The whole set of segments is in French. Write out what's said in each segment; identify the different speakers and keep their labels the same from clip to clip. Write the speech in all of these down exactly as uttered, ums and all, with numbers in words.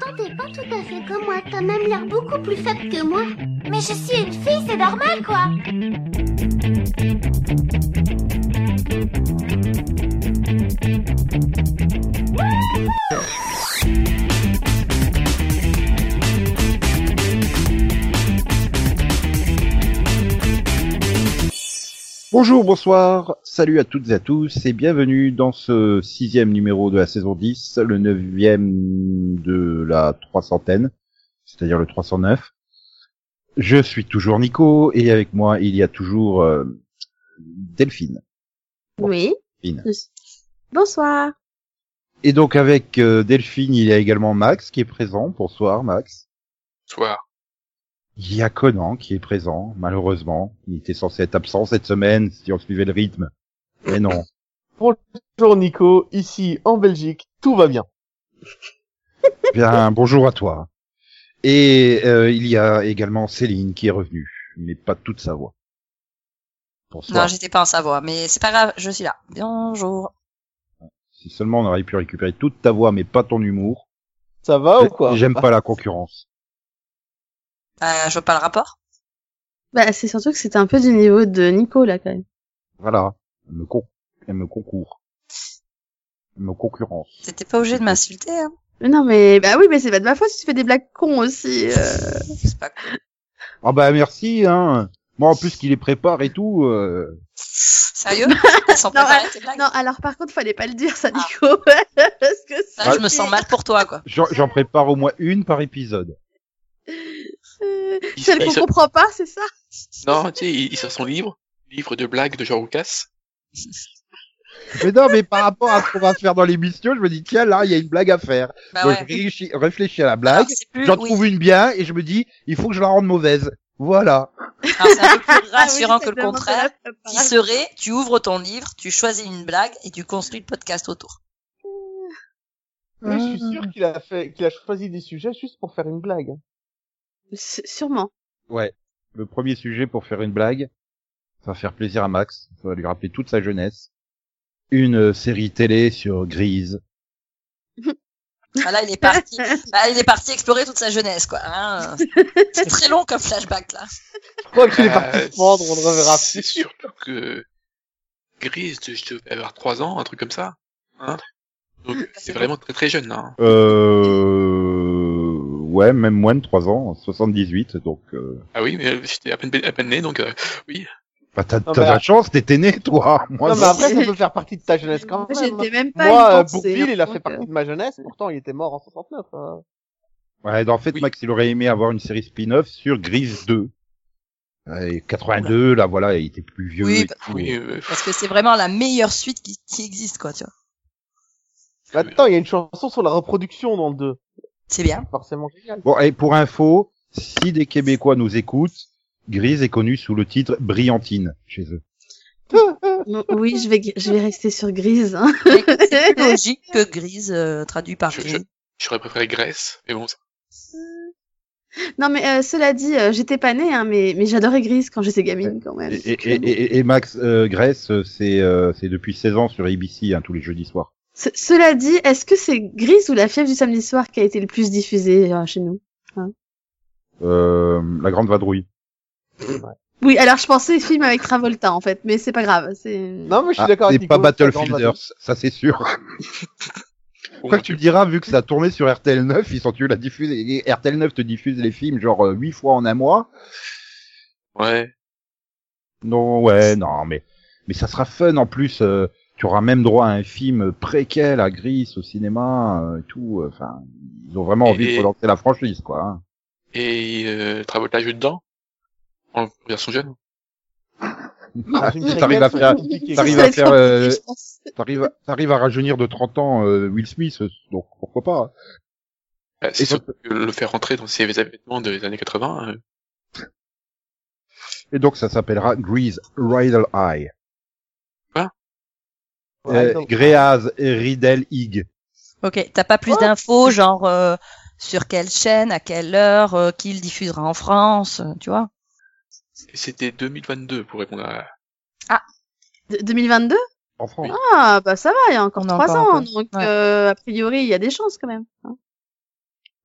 Speaker 1: t'es pas tout à fait comme moi. T'as même l'air beaucoup plus faible que moi.
Speaker 2: Mais je suis une fille, c'est normal, quoi.
Speaker 3: Bonjour, bonsoir, salut à toutes et à tous et bienvenue dans ce sixième numéro de la saison dix, le neuvième de la trois centaine, c'est-à-dire le trois cent neuf. Je suis toujours Nico et avec moi il y a toujours euh, Delphine.
Speaker 4: Oui.
Speaker 3: Delphine.
Speaker 4: Bonsoir.
Speaker 3: Et donc avec euh, Delphine il y a également Max qui est présent. Bonsoir Max.
Speaker 5: Bonsoir.
Speaker 3: Il y a Conan qui est présent, malheureusement. Il était censé être absent cette semaine si on suivait le rythme. Mais non.
Speaker 6: Bonjour Nico, ici en Belgique, tout va bien.
Speaker 3: Bien, bonjour à toi. Et euh, il y a également Céline qui est revenue, mais pas toute sa voix. Bonsoir.
Speaker 7: Non, j'étais pas en Savoie, mais c'est pas grave, je suis là. Bonjour.
Speaker 3: Si seulement on aurait pu récupérer toute ta voix, mais pas ton humour.
Speaker 6: Ça va ou quoi?
Speaker 3: J'aime pas la concurrence.
Speaker 7: Euh, je vois pas le rapport.
Speaker 4: Bah, c'est surtout que c'était un peu du niveau de Nico, là, quand même.
Speaker 3: Voilà. Elle me, con... Elle me concourt. Elle me concurrence.
Speaker 7: T'étais pas obligé de m'insulter, hein.
Speaker 4: Mais non, mais, bah oui, mais c'est pas de ma faute si tu fais des blagues cons aussi, euh...
Speaker 7: C'est pas cool.
Speaker 3: Ah bah merci, hein. Moi, en plus qu'il les prépare et tout, euh...
Speaker 7: Sérieux? Elles sont
Speaker 4: non,
Speaker 7: préparées,
Speaker 4: euh,
Speaker 7: tes blagues?
Speaker 4: non, alors par contre, fallait pas le dire, ça, Nico. Parce que
Speaker 7: ça, je me sens mal pour toi, quoi.
Speaker 3: J'en, j'en prépare au moins une par épisode.
Speaker 4: Euh, celle qu'on
Speaker 5: se...
Speaker 4: comprend pas, c'est ça?
Speaker 5: Non, tu sais, il, il sort son livre, livre de blagues de Jean Roucas.
Speaker 3: Mais non, mais par rapport à ce qu'on va faire dans l'émission, je me dis, tiens, là, il y a une blague à faire.
Speaker 7: Bah
Speaker 3: Donc,
Speaker 7: ouais.
Speaker 3: je réfléchis, réfléchis à la blague,
Speaker 7: plus,
Speaker 3: j'en
Speaker 7: oui.
Speaker 3: trouve une bien, et je me dis, il faut que je la rende mauvaise. Voilà.
Speaker 7: Alors, c'est un peu plus rassurant
Speaker 4: Ah oui,
Speaker 7: que le contraire, qui serait, tu ouvres ton livre, tu choisis une blague, et tu construis le podcast autour.
Speaker 6: Oui, je suis sûr qu'il a fait, qu'il a choisi des sujets juste pour faire une blague.
Speaker 4: S- Sûrement.
Speaker 3: Ouais. Le premier sujet pour faire une blague, ça va faire plaisir à Max, ça va lui rappeler toute sa jeunesse. Une euh, série télé sur Grise.
Speaker 7: Ah, là, il est parti, là, il est parti explorer toute sa jeunesse, quoi, hein. C'est très long comme flashback, là.
Speaker 6: Je crois qu'il est
Speaker 5: Euh,
Speaker 6: parti se prendre, on le reverra.
Speaker 5: C'est surtout que Grise, je devais avoir trois ans, un truc comme ça. Hein, donc, c'est vraiment très très jeune, là.
Speaker 3: Euh... Ouais, même moins de trois ans, soixante-dix-huit, donc... Euh...
Speaker 5: Ah oui, mais j'étais à peine, à peine né, donc euh, oui.
Speaker 3: Bah, t'as,
Speaker 6: Non,
Speaker 3: t'as
Speaker 6: mais
Speaker 3: de la
Speaker 6: à-
Speaker 3: chance, t'étais né, toi. Moi,
Speaker 6: Non,
Speaker 3: non.
Speaker 6: mais après, ça peut faire partie de ta jeunesse quand même.
Speaker 4: J'étais même pas
Speaker 6: Moi,
Speaker 4: y
Speaker 6: euh,
Speaker 4: penser,
Speaker 6: Bourvil, il a
Speaker 4: hein,
Speaker 6: fait
Speaker 4: donc, euh.
Speaker 6: partie de ma jeunesse, pourtant il était mort en soixante-neuf. Hein.
Speaker 3: Ouais, en fait,
Speaker 5: Oui.
Speaker 3: Max, il aurait aimé avoir une série spin-off sur Grise deux. Et quatre-vingt-deux, là, voilà, il était plus vieux.
Speaker 7: Oui,
Speaker 3: et
Speaker 7: bah,
Speaker 3: tout.
Speaker 5: Oui, euh,
Speaker 7: Parce que c'est vraiment la meilleure suite qui, qui existe, quoi, tu vois.
Speaker 6: Mais attends, il y a une chanson sur la reproduction dans le deux.
Speaker 7: C'est bien.
Speaker 6: Forcément génial.
Speaker 3: Bon, et pour info, si des Québécois nous écoutent, Grise est connu sous le titre Brillantine chez eux.
Speaker 4: Non, oui, je vais, je vais rester sur Grise, hein.
Speaker 7: C'est plus logique que Grise, euh, traduit par
Speaker 5: je- je-
Speaker 7: Grise.
Speaker 5: j'aurais préféré Grèce, mais bon, ça-
Speaker 4: Non, mais euh, cela dit, euh, j'étais pas née, hein, mais, mais j'adorais Grise quand j'étais gamine, quand même.
Speaker 3: Et, et, et, et- et Max, euh, Grèce, c'est, euh, c'est depuis seize ans sur A B C, hein, tous les jeudis soirs.
Speaker 4: Ce- cela dit, est-ce que c'est Grise ou La Fièvre du samedi soir qui a été le plus diffusé euh, chez nous?
Speaker 3: Euh, La Grande Vadrouille.
Speaker 4: Oui, alors je pensais film avec Travolta, en fait, mais c'est pas grave. C'est...
Speaker 6: Non, mais je suis
Speaker 3: Ah,
Speaker 6: d'accord avec
Speaker 3: et pas
Speaker 6: Nico. c'est la grande
Speaker 3: Battlefielders, ça c'est sûr.
Speaker 5: Bon,
Speaker 3: Quoi que tu me diras, vu que ça a tourné sur R T L neuf, ils sont tu la diffuse, et R T L neuf te diffuse les films genre euh, huit fois en un mois.
Speaker 5: ouais.
Speaker 3: Non, ouais, non, mais, mais ça sera fun en plus, euh, tu auras même droit à un film préquel à Gris au cinéma, euh, et tout, enfin, ils ont vraiment
Speaker 5: Et-
Speaker 3: envie de relancer la franchise, quoi. Hein.
Speaker 5: Et euh, Travolta joue dedans, en version jeune.
Speaker 6: Dans une
Speaker 3: T'arrives à
Speaker 6: préquelle,
Speaker 3: faire,
Speaker 6: c'est compliqué.
Speaker 3: t'arrives
Speaker 4: Ça va
Speaker 3: à
Speaker 4: être
Speaker 3: faire,
Speaker 4: compliqué,
Speaker 3: euh,
Speaker 4: je pense.
Speaker 3: t'arrives, à- t'arrives à rajeunir de trente ans euh, Will Smith, euh, donc pourquoi pas. Hein.
Speaker 5: Euh, c'est
Speaker 3: Et
Speaker 5: sûr que le faire rentrer dans ses événements des années quatre-vingts, euh,
Speaker 3: Et donc ça s'appellera Grease Riddle Eye.
Speaker 6: Ouais,
Speaker 3: Euh,
Speaker 6: donc-
Speaker 3: Greaz Riddle Ig.
Speaker 7: Ok, t'as pas plus
Speaker 6: Oh.
Speaker 7: d'infos, genre, euh, sur quelle chaîne, à quelle heure, euh, qui le diffusera en France, euh, tu vois?
Speaker 5: c'était deux mille vingt-deux pour répondre à...
Speaker 4: De- deux mille vingt-deux?
Speaker 3: En France.
Speaker 4: Ah, bah ça va, il y a encore
Speaker 7: On a
Speaker 4: trois
Speaker 7: encore
Speaker 4: ans,
Speaker 7: un peu.
Speaker 4: donc
Speaker 7: Ouais.
Speaker 4: euh, a priori, il y a des chances quand même. hein.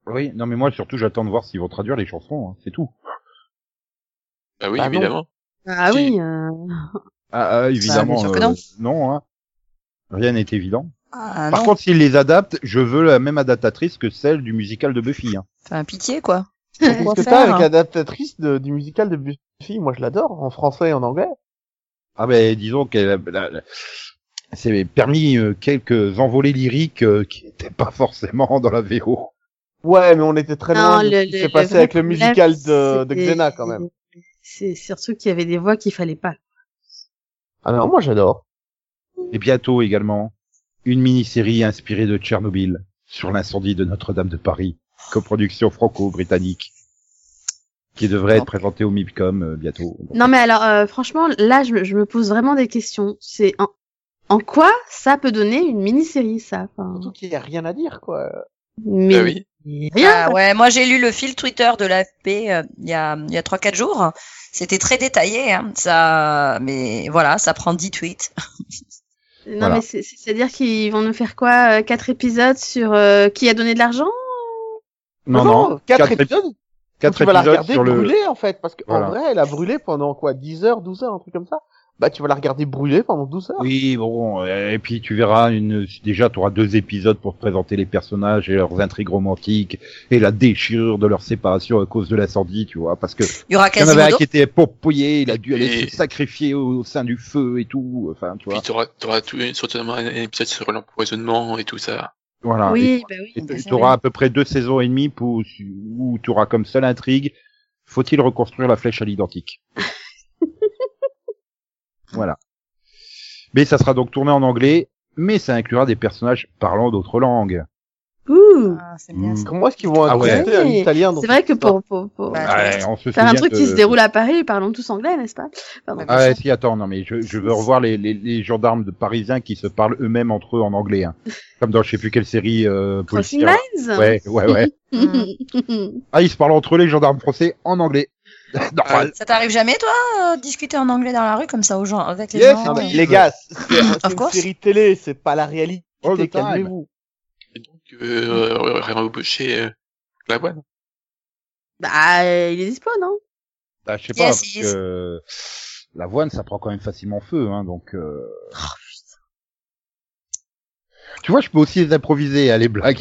Speaker 3: Oui, non mais moi surtout j'attends de voir s'ils vont traduire les chansons, hein, c'est tout.
Speaker 5: Bah oui,
Speaker 6: Bah non.
Speaker 5: évidemment.
Speaker 4: Ah
Speaker 5: Si.
Speaker 4: oui. Euh...
Speaker 3: Ah, ah, évidemment,
Speaker 7: bien sûr que
Speaker 3: euh,
Speaker 7: non.
Speaker 3: non, hein. Rien n'est évident.
Speaker 7: Ah
Speaker 3: Par
Speaker 7: non,
Speaker 3: contre, s'ils les adaptent, je veux la même adaptatrice que celle du musical de Buffy. Hein.
Speaker 7: enfin pitié quoi.
Speaker 6: Qu'est-ce
Speaker 7: Quoi
Speaker 6: que
Speaker 7: faire,
Speaker 6: t'as avec
Speaker 7: hein
Speaker 6: l'adaptatrice de, du musical de Buffy? Moi, je l'adore, en français et en anglais.
Speaker 3: Ah ben, disons qu'elle la- la- c'est permis euh, quelques envolées lyriques euh, qui n'étaient pas forcément dans la V O.
Speaker 6: Ouais, mais on était très loin
Speaker 4: Non,
Speaker 6: de
Speaker 4: le-
Speaker 6: ce qui
Speaker 4: le-
Speaker 6: s'est
Speaker 4: le
Speaker 6: passé
Speaker 4: vrai
Speaker 6: avec le
Speaker 4: problème,
Speaker 6: musical de, de
Speaker 4: c'était-
Speaker 6: Xena, quand même.
Speaker 4: C'est surtout qu'il y avait des voix qu'il fallait pas.
Speaker 6: Ah non, moi, j'adore.
Speaker 3: Et bientôt également, une mini-série inspirée de Tchernobyl sur l'incendie de Notre-Dame de Paris, coproduction franco-britannique, qui devrait être présentée au MIPCOM euh, bientôt.
Speaker 4: Non mais alors euh, franchement là je, me- je me pose vraiment des questions. C'est en, en quoi ça peut donner une mini-série ça enfin,
Speaker 6: Surtout qu'il y a rien à dire, quoi.
Speaker 4: mais
Speaker 5: Bah oui.
Speaker 4: rien.
Speaker 7: Ah ouais, moi j'ai lu le fil Twitter de l'A F P euh, il y a il y a trois quatre jours. C'était très détaillé, hein. Ça, mais voilà, ça prend dix tweets.
Speaker 4: Non
Speaker 3: Voilà.
Speaker 4: mais c'est- c'est- c'est-à-dire qu'ils vont nous faire quoi euh, quatre épisodes sur euh, qui a donné de l'argent?
Speaker 3: Non, non,
Speaker 6: quatre
Speaker 3: quatre
Speaker 6: épisodes.
Speaker 3: quatre
Speaker 6: tu vas la
Speaker 3: épisodes
Speaker 6: regarder
Speaker 3: sur le...
Speaker 6: brûler, en fait, parce qu'en
Speaker 3: Voilà.
Speaker 6: vrai, elle a brûlé pendant quoi, dix heures, douze heures, un truc comme ça. Bah, tu vas la regarder brûler pendant douze heures.
Speaker 3: Oui, bon, euh, et puis tu verras une, déjà tu auras deux épisodes pour te présenter les personnages et leurs intrigues romantiques et la déchirure de leur séparation à cause de l'incendie, tu vois, parce que
Speaker 7: Il y aura
Speaker 3: il y en avait un
Speaker 7: Quasimodo.
Speaker 3: qui était popoyé, il a dû aller
Speaker 5: Et-
Speaker 3: se sacrifier au, au sein du feu et tout, enfin, tu vois.
Speaker 5: Puis t'auras, t'auras tout, certainement un épisode sur l'empoisonnement et tout ça.
Speaker 3: Voilà.
Speaker 4: Oui, bah oui.
Speaker 3: Et
Speaker 7: bien
Speaker 3: tu
Speaker 7: sûr,
Speaker 3: auras
Speaker 7: oui.
Speaker 3: à peu près deux saisons et demie pour, où tu auras comme seule intrigue, faut-il reconstruire la flèche à l'identique? Voilà. Mais ça sera donc tourné en anglais, mais ça inclura des personnages parlant d'autres langues.
Speaker 4: Ouh.
Speaker 7: Ah, c'est bien
Speaker 3: Mm.
Speaker 7: ça.
Speaker 6: Comment est-ce qu'ils vont
Speaker 3: Ah ouais.
Speaker 6: incruster un italien dans
Speaker 4: C'est vrai
Speaker 6: cette
Speaker 4: que
Speaker 6: histoire
Speaker 4: pour, pour, pour
Speaker 7: Bah,
Speaker 3: Ouais, on se
Speaker 4: faire un
Speaker 3: souvient
Speaker 4: truc
Speaker 3: que-
Speaker 4: qui se déroule à Paris, parlons tous anglais, n'est-ce pas? Pardon.
Speaker 3: Ah ouais, si, attends, non, mais je, je veux revoir les, les, les gendarmes de parisiens qui se parlent eux-mêmes entre eux en anglais, hein. Comme dans je sais plus quelle série, euh,
Speaker 4: Crossing
Speaker 3: policière.
Speaker 4: Lines.
Speaker 3: Ouais, ouais, ouais. Ah, ils se parlent entre eux, les gendarmes français, en anglais. Normal.
Speaker 7: Ça t'arrive jamais, toi, euh, discuter en anglais dans la rue comme ça aux gens, avec les
Speaker 3: Yes,
Speaker 7: gens?
Speaker 6: Non, mais
Speaker 7: euh,
Speaker 6: les gars, c'est c'est
Speaker 7: Of
Speaker 6: une
Speaker 7: course.
Speaker 6: série télé, c'est pas la réalité.
Speaker 3: All the time.
Speaker 6: Calmez-vous.
Speaker 5: Et donc, euh, euh, embaucher euh, la boîte.
Speaker 4: Bah, euh, il est dispo, non?
Speaker 3: Bah, je sais
Speaker 7: Yes,
Speaker 3: pas, parce
Speaker 7: yes.
Speaker 3: que l'avoine, ça prend quand même facilement feu, hein, donc, euh... Tu vois, je peux aussi les improviser, hein, les blagues.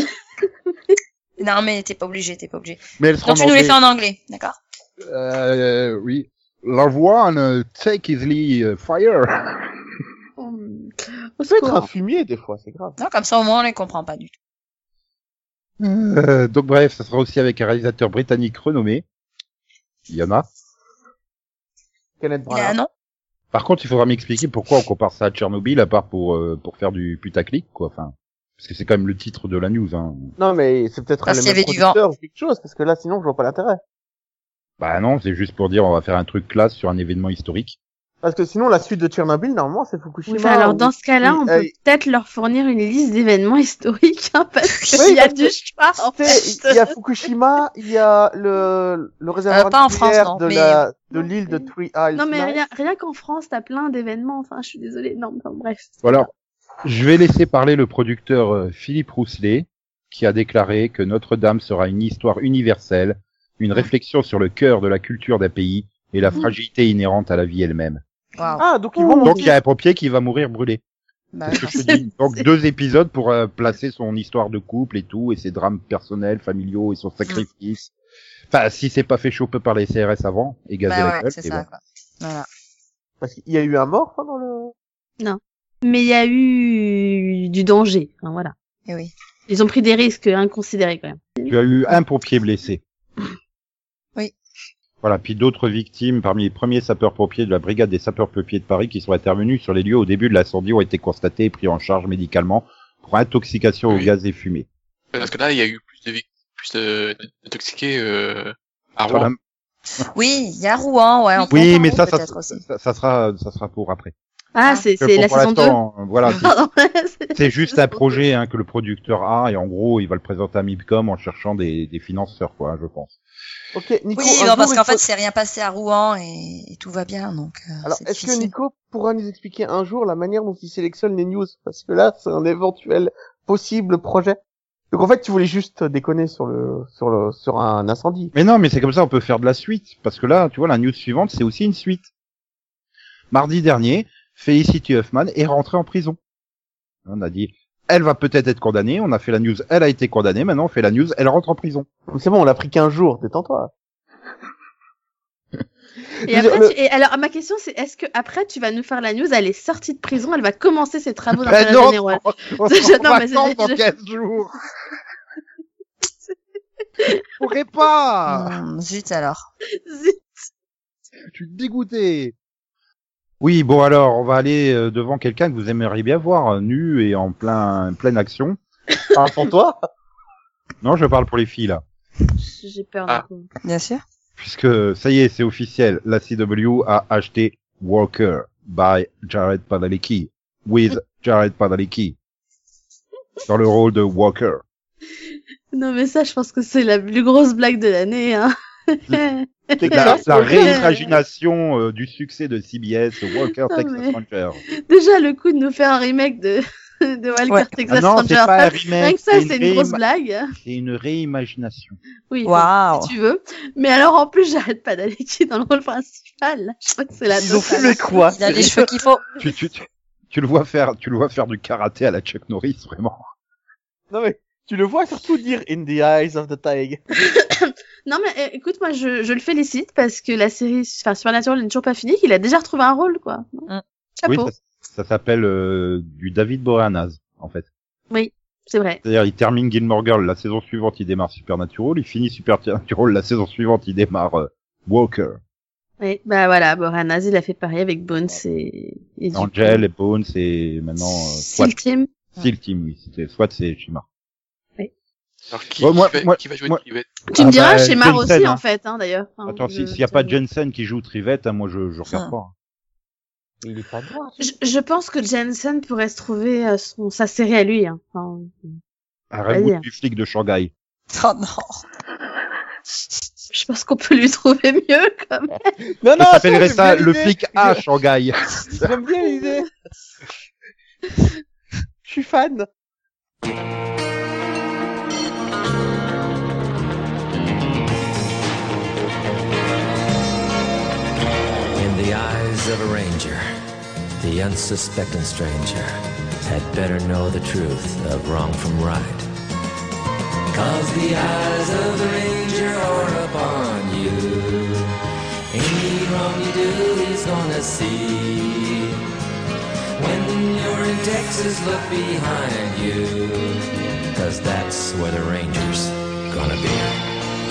Speaker 7: Non, mais t'es pas obligé, t'es pas obligé.
Speaker 3: Mais elles seront
Speaker 7: Donc tu nous les fais en anglais, d'accord?
Speaker 3: Euh, oui. L'avoine, euh, take easily uh, fire.
Speaker 4: Hum.
Speaker 6: Ça peut être un fumier, des fois, c'est grave.
Speaker 7: Non, comme ça au moins on les comprend pas du tout.
Speaker 3: Euh, donc bref, ça sera aussi avec un réalisateur britannique renommé. Il y en a.
Speaker 6: Kenneth
Speaker 7: Il a un
Speaker 6: Branagh.
Speaker 7: nom?
Speaker 3: Par contre, il faudra m'expliquer pourquoi on compare ça à Tchernobyl, à part pour euh, pour faire du putaclic, quoi. Enfin, parce que c'est quand même le titre de la news, hein.
Speaker 6: Non, mais c'est peut-être
Speaker 7: Parce
Speaker 6: le
Speaker 7: qu'il y
Speaker 6: même
Speaker 7: avait du
Speaker 6: producteur ou quelque chose, parce que là, sinon, je vois pas l'intérêt.
Speaker 3: Bah non, c'est juste pour dire on va faire un truc classe sur un événement historique.
Speaker 6: Parce que sinon, la suite de Tchernobyl, normalement, c'est Fukushima.
Speaker 4: Oui, mais alors
Speaker 6: ou-
Speaker 4: dans ce cas-là,
Speaker 6: Oui,
Speaker 4: on
Speaker 6: euh,
Speaker 4: peut peut-être leur fournir une liste d'événements historiques, hein, parce qu'il
Speaker 6: Oui,
Speaker 4: y a
Speaker 6: parce
Speaker 4: du
Speaker 6: que-
Speaker 4: choix, en
Speaker 6: Tu sais,
Speaker 4: fait.
Speaker 6: il y a Fukushima, il y a le, le réservoir
Speaker 7: Euh, pas en France,
Speaker 6: nucléaire
Speaker 7: non,
Speaker 6: de
Speaker 7: mais-
Speaker 6: la, de
Speaker 4: Non,
Speaker 6: l'île de
Speaker 4: mais-
Speaker 6: Three Isles.
Speaker 4: Non, mais
Speaker 6: Nice.
Speaker 4: rien, rien qu'en France, t'as plein d'événements. Enfin, je suis désolée. Non, enfin, bref.
Speaker 3: Voilà. Je vais laisser parler le producteur euh, Philippe Rousselet, qui a déclaré que Notre-Dame sera une histoire universelle, une réflexion sur le cœur de la culture d'un pays et la fragilité inhérente à la vie elle-même.
Speaker 7: Waouh.
Speaker 6: Ah, donc ils vont
Speaker 3: Donc
Speaker 6: monter.
Speaker 3: il y a un pompier qui va mourir brûlé.
Speaker 7: Bah,
Speaker 3: C'est ce que je te dis. Donc deux épisodes pour euh, placer son histoire de couple et tout, et ses drames personnels, familiaux et son sacrifice. Enfin, si c'est pas fait choper par les C R S avant, et gazé
Speaker 7: bah
Speaker 3: la
Speaker 7: ouais,
Speaker 3: gueule,
Speaker 7: c'est
Speaker 3: et
Speaker 7: ça,
Speaker 3: bon.
Speaker 7: quoi. Voilà.
Speaker 6: Parce qu'il y a eu un mort pendant le...
Speaker 4: Mais il y a eu du danger. Enfin, voilà.
Speaker 7: Et oui.
Speaker 4: Ils ont pris des risques inconsidérés, quand même.
Speaker 3: Tu as eu un pompier blessé.
Speaker 7: Oui.
Speaker 3: Voilà, puis d'autres victimes parmi les premiers sapeurs-pompiers de la brigade des sapeurs-pompiers de Paris qui sont intervenus sur les lieux au début de l'incendie ont été constatés et pris en charge médicalement pour intoxication au
Speaker 5: Oui.
Speaker 3: gaz et fumée.
Speaker 5: Parce que là, il y a eu plus de victimes, plus de, d'intoxiqués euh, à
Speaker 3: Sur
Speaker 5: Rouen.
Speaker 3: la-
Speaker 7: Oui, il y a Rouen, ouais. en
Speaker 3: Oui,
Speaker 7: Pont-Aven,
Speaker 3: mais ça, ça,
Speaker 7: peut-être aussi.
Speaker 3: ça, ça sera, ça sera pour après.
Speaker 4: Ah,
Speaker 7: Ah.
Speaker 4: c'est,
Speaker 3: Que
Speaker 4: c'est
Speaker 3: pour-
Speaker 4: la
Speaker 3: pour
Speaker 4: saison deux.
Speaker 3: l'instant, euh, Voilà, c'est-
Speaker 4: Pardon.
Speaker 3: c'est juste un projet hein, que le producteur a et en gros, il va le présenter à Mipcom en cherchant des, des financeurs, quoi, je pense.
Speaker 6: Ok, Nico,
Speaker 7: Oui,
Speaker 6: un
Speaker 7: non,
Speaker 6: jour,
Speaker 7: parce
Speaker 6: il
Speaker 7: qu'en
Speaker 6: faut-
Speaker 7: fait, c'est rien passé à Rouen et, et tout va bien, donc euh,
Speaker 6: Alors,
Speaker 7: c'est
Speaker 6: est-ce que
Speaker 7: difficile.
Speaker 6: Nico pourra nous expliquer un jour la manière dont il sélectionne les news? Parce que là, c'est un éventuel possible projet. Donc en fait, tu voulais juste déconner sur le sur le sur un incendie.
Speaker 3: Mais non, mais c'est comme ça, on peut faire de la suite. Parce que là, tu vois, la news suivante, c'est aussi une suite. Mardi dernier, Felicity Huffman est rentrée en prison. On a dit, elle va peut-être être condamnée. On a fait la news, elle a été condamnée. Maintenant, on fait la news, elle rentre en prison.
Speaker 6: C'est bon, on l'a pris quinze jours, détends-toi.
Speaker 4: Et après, le... tu... et alors ma question c'est, est-ce que après tu vas nous faire la news, elle est sortie de prison, elle va commencer ses travaux d'intérêt
Speaker 3: ben
Speaker 4: général.
Speaker 3: On, on
Speaker 4: non, mais c'est
Speaker 3: dans quinze jours. Je pourrais pas.
Speaker 7: Mmh, zut alors.
Speaker 4: Zut.
Speaker 3: Je suis dégoûté. Oui, bon alors, on va aller euh, devant quelqu'un que vous aimeriez bien voir, nu et en plein pleine action.
Speaker 6: Ah, pour toi?
Speaker 3: Non, je parle pour les filles là.
Speaker 4: J'ai peur
Speaker 5: ah.
Speaker 4: d'un coup.
Speaker 7: Bien sûr.
Speaker 3: Puisque, ça y est, c'est officiel, la C W a acheté Walker by Jared Padalecki, with Jared Padalecki, dans le rôle de Walker.
Speaker 4: Non mais ça, je pense que c'est la plus grosse blague de l'année, hein.
Speaker 3: La, la réimagination euh, du succès de C B S, Walker
Speaker 4: Non,
Speaker 3: Texas
Speaker 4: mais...
Speaker 3: Ranger.
Speaker 4: Déjà, le coup de nous faire un remake de, de Walker
Speaker 7: Ouais.
Speaker 4: Texas
Speaker 3: Ah non,
Speaker 4: Ranger.
Speaker 3: c'est pas un remake,
Speaker 4: Rien que ça,
Speaker 3: c'est
Speaker 4: c'est
Speaker 3: une
Speaker 4: une grosse
Speaker 3: réima-
Speaker 4: blague.
Speaker 3: C'est une réimagination.
Speaker 4: Oui,
Speaker 7: Waouh.
Speaker 4: si tu veux. Mais alors, en plus, j'arrête pas d'aller qui dans le rôle principal. Je crois que c'est la
Speaker 6: Ils ont
Speaker 4: totale.
Speaker 6: filmé quoi?
Speaker 7: Il a les cheveux qu'il faut.
Speaker 3: Tu, tu, tu, tu le vois faire, tu le vois faire du karaté à la Chuck Norris, vraiment.
Speaker 6: Non mais, tu le vois surtout dire In the eyes of the tiger.
Speaker 4: Non mais euh, écoute, moi je, je le félicite parce que la série, enfin Supernatural n'est toujours pas finie, qu'il a déjà retrouvé un rôle quoi.
Speaker 7: Mm.
Speaker 4: Chapeau.
Speaker 3: Oui, ça, ça s'appelle euh, du David Boreanaz, en fait.
Speaker 4: Oui, c'est vrai.
Speaker 3: C'est-à-dire, il termine Gilmore Girls, la saison suivante, il démarre Supernatural, il finit Supernatural, la saison suivante, il démarre euh, Walker.
Speaker 4: Oui, bah voilà, Boranaz, il a fait pareil avec Bones et, et du
Speaker 3: Angel
Speaker 4: coup,
Speaker 3: et Bones et maintenant euh, SWAT.
Speaker 4: Seal Team.
Speaker 3: Seal Team, oui, c'était SWAT, c'est Shimar.
Speaker 5: Alors, qui,
Speaker 3: Ouais, moi-
Speaker 5: qui, va,
Speaker 3: moi-
Speaker 5: qui va jouer
Speaker 3: moi-
Speaker 5: Trivette?
Speaker 4: Tu
Speaker 3: Ah
Speaker 4: me diras,
Speaker 3: bah,
Speaker 4: chez Mar
Speaker 3: Jensen,
Speaker 4: aussi
Speaker 3: hein.
Speaker 4: en fait, hein d'ailleurs. Enfin,
Speaker 3: Attends,
Speaker 4: je-
Speaker 3: si- s'il n'y a pas
Speaker 4: je-
Speaker 3: Jensen qui joue Trivette, hein, moi je, je regarde
Speaker 7: Ah.
Speaker 3: pas.
Speaker 6: Il est pas noir.
Speaker 4: Je, je pense que Jensen pourrait se trouver euh, son, sa série à lui. Hein. Enfin,
Speaker 3: Un
Speaker 4: Vas-y.
Speaker 3: reboot du flic de Shanghai.
Speaker 7: Oh non.
Speaker 4: je pense qu'on peut lui trouver mieux quand même.
Speaker 6: Non,
Speaker 3: Je
Speaker 6: non,
Speaker 3: t'appellerais
Speaker 6: j'aime
Speaker 3: ça
Speaker 6: bien
Speaker 3: le
Speaker 6: l'idée.
Speaker 3: flic à Shanghai.
Speaker 6: J'aime bien l'idée. Je suis fan.
Speaker 8: In the eyes of a ranger, the unsuspecting stranger had better know the truth of wrong from right. Cause the eyes of the ranger are upon you. Any wrong you do, he's gonna see. When you're in Texas, look behind you. Cause that's where the ranger's gonna be.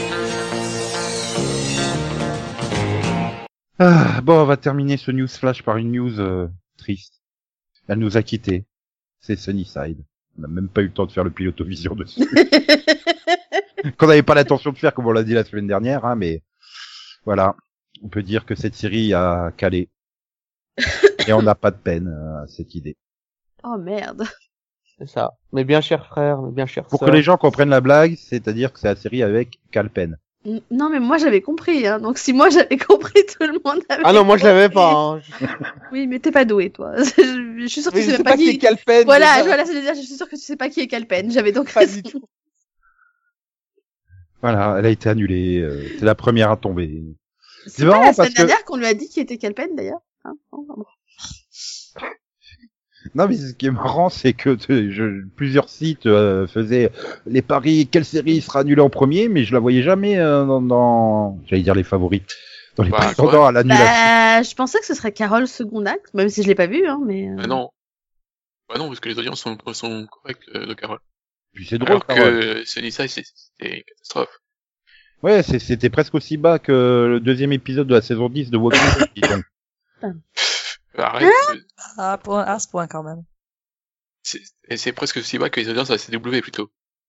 Speaker 3: Ah, bon, on va terminer ce news flash par une news euh, triste. Elle nous a quittés. C'est Sunnyside. On n'a même pas eu le temps de faire le pilotovision dessus. Qu'on n'avait pas l'intention de faire, comme on l'a dit la semaine dernière, hein, mais voilà. On peut dire que cette série a calé. Et on n'a pas de peine à cette idée.
Speaker 4: Oh merde.
Speaker 6: C'est ça. Mais bien cher frère, mais bien cher
Speaker 3: Pour
Speaker 6: sœur.
Speaker 3: que les gens comprennent la blague, c'est-à-dire que c'est la série avec Calpen.
Speaker 4: N- Non mais moi j'avais compris, hein. Donc si moi j'avais compris, tout le monde avait.
Speaker 6: Ah non, moi je l'avais
Speaker 4: compris.
Speaker 6: pas. Hein.
Speaker 4: Oui, mais t'es pas doué, toi. je, je suis sûre que
Speaker 6: Mais
Speaker 4: tu
Speaker 6: je
Speaker 4: sais
Speaker 6: sais
Speaker 4: même
Speaker 6: pas
Speaker 4: pas
Speaker 6: qui est
Speaker 4: qui.
Speaker 6: Calpen.
Speaker 4: Voilà,
Speaker 6: déjà.
Speaker 4: voilà, c'est dire, je suis sûre que tu sais pas qui est Calpen. J'avais donc
Speaker 6: Pas
Speaker 4: raison.
Speaker 6: du tout.
Speaker 3: Voilà, elle a été annulée. euh, c'est la première à tomber.
Speaker 4: C'est
Speaker 3: C'est
Speaker 4: pas
Speaker 3: marrant
Speaker 4: la semaine
Speaker 3: parce que-
Speaker 4: dernière qu'on lui a dit qui était Calpen d'ailleurs. Hein non, non.
Speaker 3: Non, mais ce qui est marrant, c'est que euh, je, plusieurs sites euh, faisaient les paris, quelle série sera annulée en premier, mais je la voyais jamais euh, dans, dans... j'allais dire les favoris, dans les
Speaker 5: Bah,
Speaker 3: prétendants à l'annulation.
Speaker 4: Bah, je pensais que ce serait Carole second acte, même si je l'ai pas vu, hein, mais. euh,
Speaker 5: Ah non. Bah non, parce que les audiences sont, sont correctes euh, de Carole.
Speaker 3: Puis c'est drôle,
Speaker 5: Alors
Speaker 3: Carole.
Speaker 5: que Sunnyside, c'est- c'était une catastrophe.
Speaker 3: Ouais, c'est- c'était presque aussi bas que le deuxième épisode de la saison dix de Walking Dead, disons.
Speaker 5: Arrête.
Speaker 7: Ah, pour, à ce point quand même.
Speaker 5: c'est- et c'est presque aussi bas que les audiences à la C W plutôt.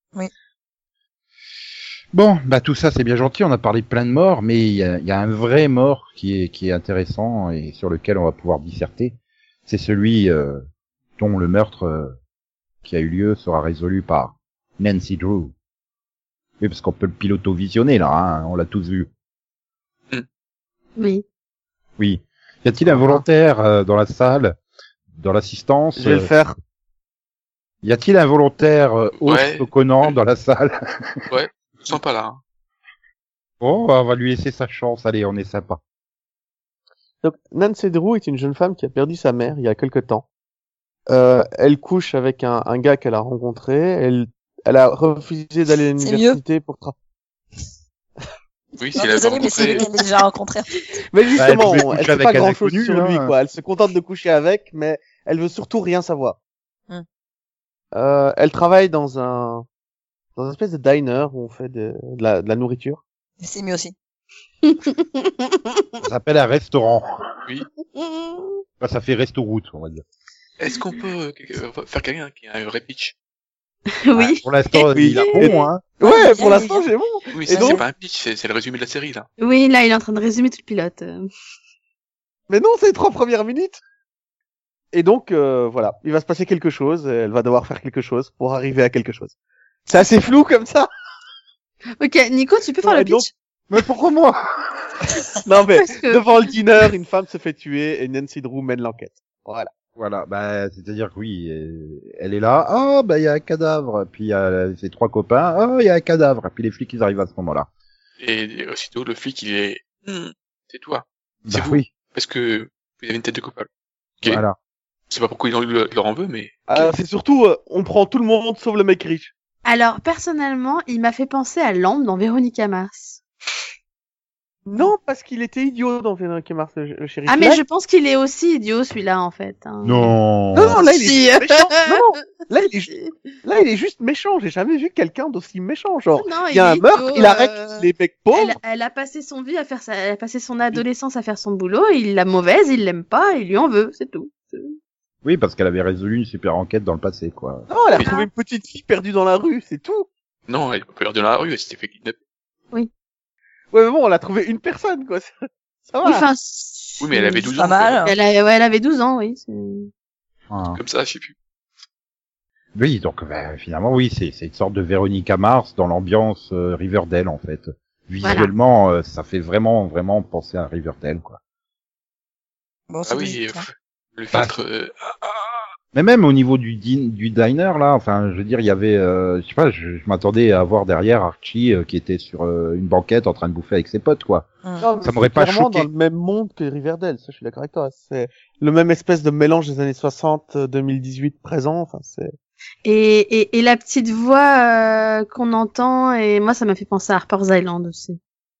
Speaker 3: Bon, bah tout ça c'est bien gentil, on a parlé de plein de morts, mais il y a, il y a un vrai mort qui est, qui est intéressant et sur lequel on va pouvoir disserter. C'est celui euh, dont le meurtre euh, qui a eu lieu sera résolu par Nancy Drew. Oui, parce qu'on peut le piloto-visionner là, hein, on l'a tous vu.
Speaker 4: Oui.
Speaker 3: Oui. Y a-t-il un volontaire euh, dans la salle, dans l'assistance
Speaker 6: Je vais le
Speaker 3: euh,
Speaker 6: faire.
Speaker 3: Y a-t-il un volontaire euh,
Speaker 5: Ouais.
Speaker 3: au Conan dans la salle?
Speaker 5: Ouais, je me sens pas là. Hein.
Speaker 3: Oh, on va lui laisser sa chance. Allez, on est sympa.
Speaker 6: Donc, Nancy Drew est une jeune femme qui a perdu sa mère il y a quelque temps. Euh, elle couche avec un, un gars qu'elle a rencontré. Elle, elle a refusé d'aller à
Speaker 7: C'est
Speaker 6: l'université pour tra-
Speaker 5: Oui,
Speaker 7: Non,
Speaker 5: si elle avait
Speaker 7: désolé, mais c'est
Speaker 5: rencontré...
Speaker 7: lui qu'elle a déjà rencontré.
Speaker 6: Mais justement,
Speaker 3: elle pouvait
Speaker 6: elle
Speaker 3: coucher
Speaker 6: sait pas
Speaker 3: avec un
Speaker 6: grand chose
Speaker 3: inconnu,
Speaker 6: sur lui,
Speaker 3: hein.
Speaker 6: quoi. Elle se contente de coucher avec, mais elle veut surtout rien savoir.
Speaker 7: Hmm.
Speaker 6: Euh, elle travaille dans un, dans une espèce de diner où on fait de, de la, de la nourriture.
Speaker 7: Mais c'est mieux aussi.
Speaker 3: Ça s'appelle un restaurant.
Speaker 5: Oui.
Speaker 3: Enfin, ça fait resto-route, on va dire.
Speaker 5: Est-ce qu'on peut euh, faire quelqu'un qui a un vrai pitch?
Speaker 4: Oui.
Speaker 3: Pour l'instant,
Speaker 6: Oui.
Speaker 3: il a bon, hein.
Speaker 6: Ouais,
Speaker 7: Ouais,
Speaker 6: pour
Speaker 7: il y a-
Speaker 6: l'instant, j'ai bon.
Speaker 5: Oui,
Speaker 6: Et
Speaker 5: c'est
Speaker 6: donc
Speaker 5: c'est pas un pitch, c'est c'est le résumé de la série, là.
Speaker 4: Oui, là, il est en train de résumer tout le pilote. euh.
Speaker 6: Mais non, c'est les trois premières minutes. Et donc, euh, voilà, il va se passer quelque chose. Elle va devoir faire quelque chose pour arriver à quelque chose. C'est assez flou comme ça.
Speaker 4: Ok, Nico, tu peux faire
Speaker 6: Ouais,
Speaker 4: le pitch?
Speaker 3: Mais pourquoi moi?
Speaker 6: Non mais
Speaker 4: Parce que-
Speaker 6: devant le dîner, une femme se fait tuer et Nancy Drew mène l'enquête. Voilà.
Speaker 3: Voilà, bah, c'est-à-dire que oui, euh, elle est là, ah, bah, il y a un cadavre, puis il y a ses trois copains, ah, il y a un cadavre, puis les flics, ils arrivent à ce moment-là.
Speaker 5: Et aussitôt, le flic, il est... Hmm, c'est toi. C'est
Speaker 3: Bah
Speaker 5: vous.
Speaker 3: oui,
Speaker 5: Parce que vous avez une tête de coupable. Ok.
Speaker 3: voilà.
Speaker 5: Je sais pas pourquoi il en- il leur en veut, mais...
Speaker 6: Euh, c'est surtout, euh, on prend tout le monde sauf le mec riche.
Speaker 4: Alors, personnellement, il m'a fait penser à Lambe dans Véronica Mars.
Speaker 6: Non, parce qu'il était idiot dans Véronica Mars, le, le shérif.
Speaker 4: Ah, mais
Speaker 6: Là,
Speaker 4: je pense qu'il est aussi idiot, celui-là, en fait. hein.
Speaker 3: Non.
Speaker 6: Non, non, là, il
Speaker 4: Si.
Speaker 6: est méchant. Non, non, là, il est, ju- là, il est juste méchant. J'ai jamais vu quelqu'un d'aussi méchant. Genre,
Speaker 4: Non,
Speaker 6: il y a un
Speaker 4: est
Speaker 6: meurtre,
Speaker 4: idiot,
Speaker 6: il arrête
Speaker 4: euh,
Speaker 6: les mecs pauvres.
Speaker 4: Elle, elle a passé son vie à faire sa, elle a passé son adolescence à faire son boulot, il l'a mauvaise, il l'aime pas, il lui en veut, c'est tout.
Speaker 3: Oui, parce qu'elle avait résolu une super enquête dans le passé, quoi.
Speaker 6: Non, elle a
Speaker 5: Oui.
Speaker 6: trouvé une petite fille perdue dans la rue, c'est tout.
Speaker 5: Non, elle peut perdre dans la rue, elle s'était fait kidnapper.
Speaker 6: Ouais, mais bon, on a trouvé une personne, quoi. Ça, ça va.
Speaker 4: Oui, enfin,
Speaker 5: Oui, mais elle avait douze
Speaker 7: Pas
Speaker 5: ans.
Speaker 7: mal.
Speaker 4: Elle, a- ouais, elle avait douze ans, oui. c'est-
Speaker 3: Ah.
Speaker 5: Comme ça, je sais plus.
Speaker 3: Oui, donc, bah, finalement, oui, c'est, c'est une sorte de Véronica Mars dans l'ambiance euh, Riverdale, en fait. Visuellement, euh, ça fait vraiment, vraiment penser à Riverdale, quoi.
Speaker 7: Bon,
Speaker 5: Ah
Speaker 7: c'est
Speaker 5: oui,
Speaker 7: logique,
Speaker 5: euh,
Speaker 7: hein.
Speaker 5: le filtre... euh,
Speaker 3: Mais même au niveau du, din- du diner, là, enfin, je veux dire, il y avait, euh, je sais pas, je, je m'attendais à voir derrière Archie euh, qui était sur euh, une banquette en train de bouffer avec ses potes, quoi.
Speaker 6: Non, mais
Speaker 3: Ça m'aurait
Speaker 6: c'est
Speaker 3: pas
Speaker 6: clairement
Speaker 3: choqué.
Speaker 6: dans le même monde que Riverdale, ça je suis d'accord avec toi. C'est le même espèce de mélange des années soixante, deux mille dix-huit, présent, enfin c'est...
Speaker 4: Et, et, et la petite voix euh, qu'on entend, et moi, ça m'a fait penser à Harper's Island aussi.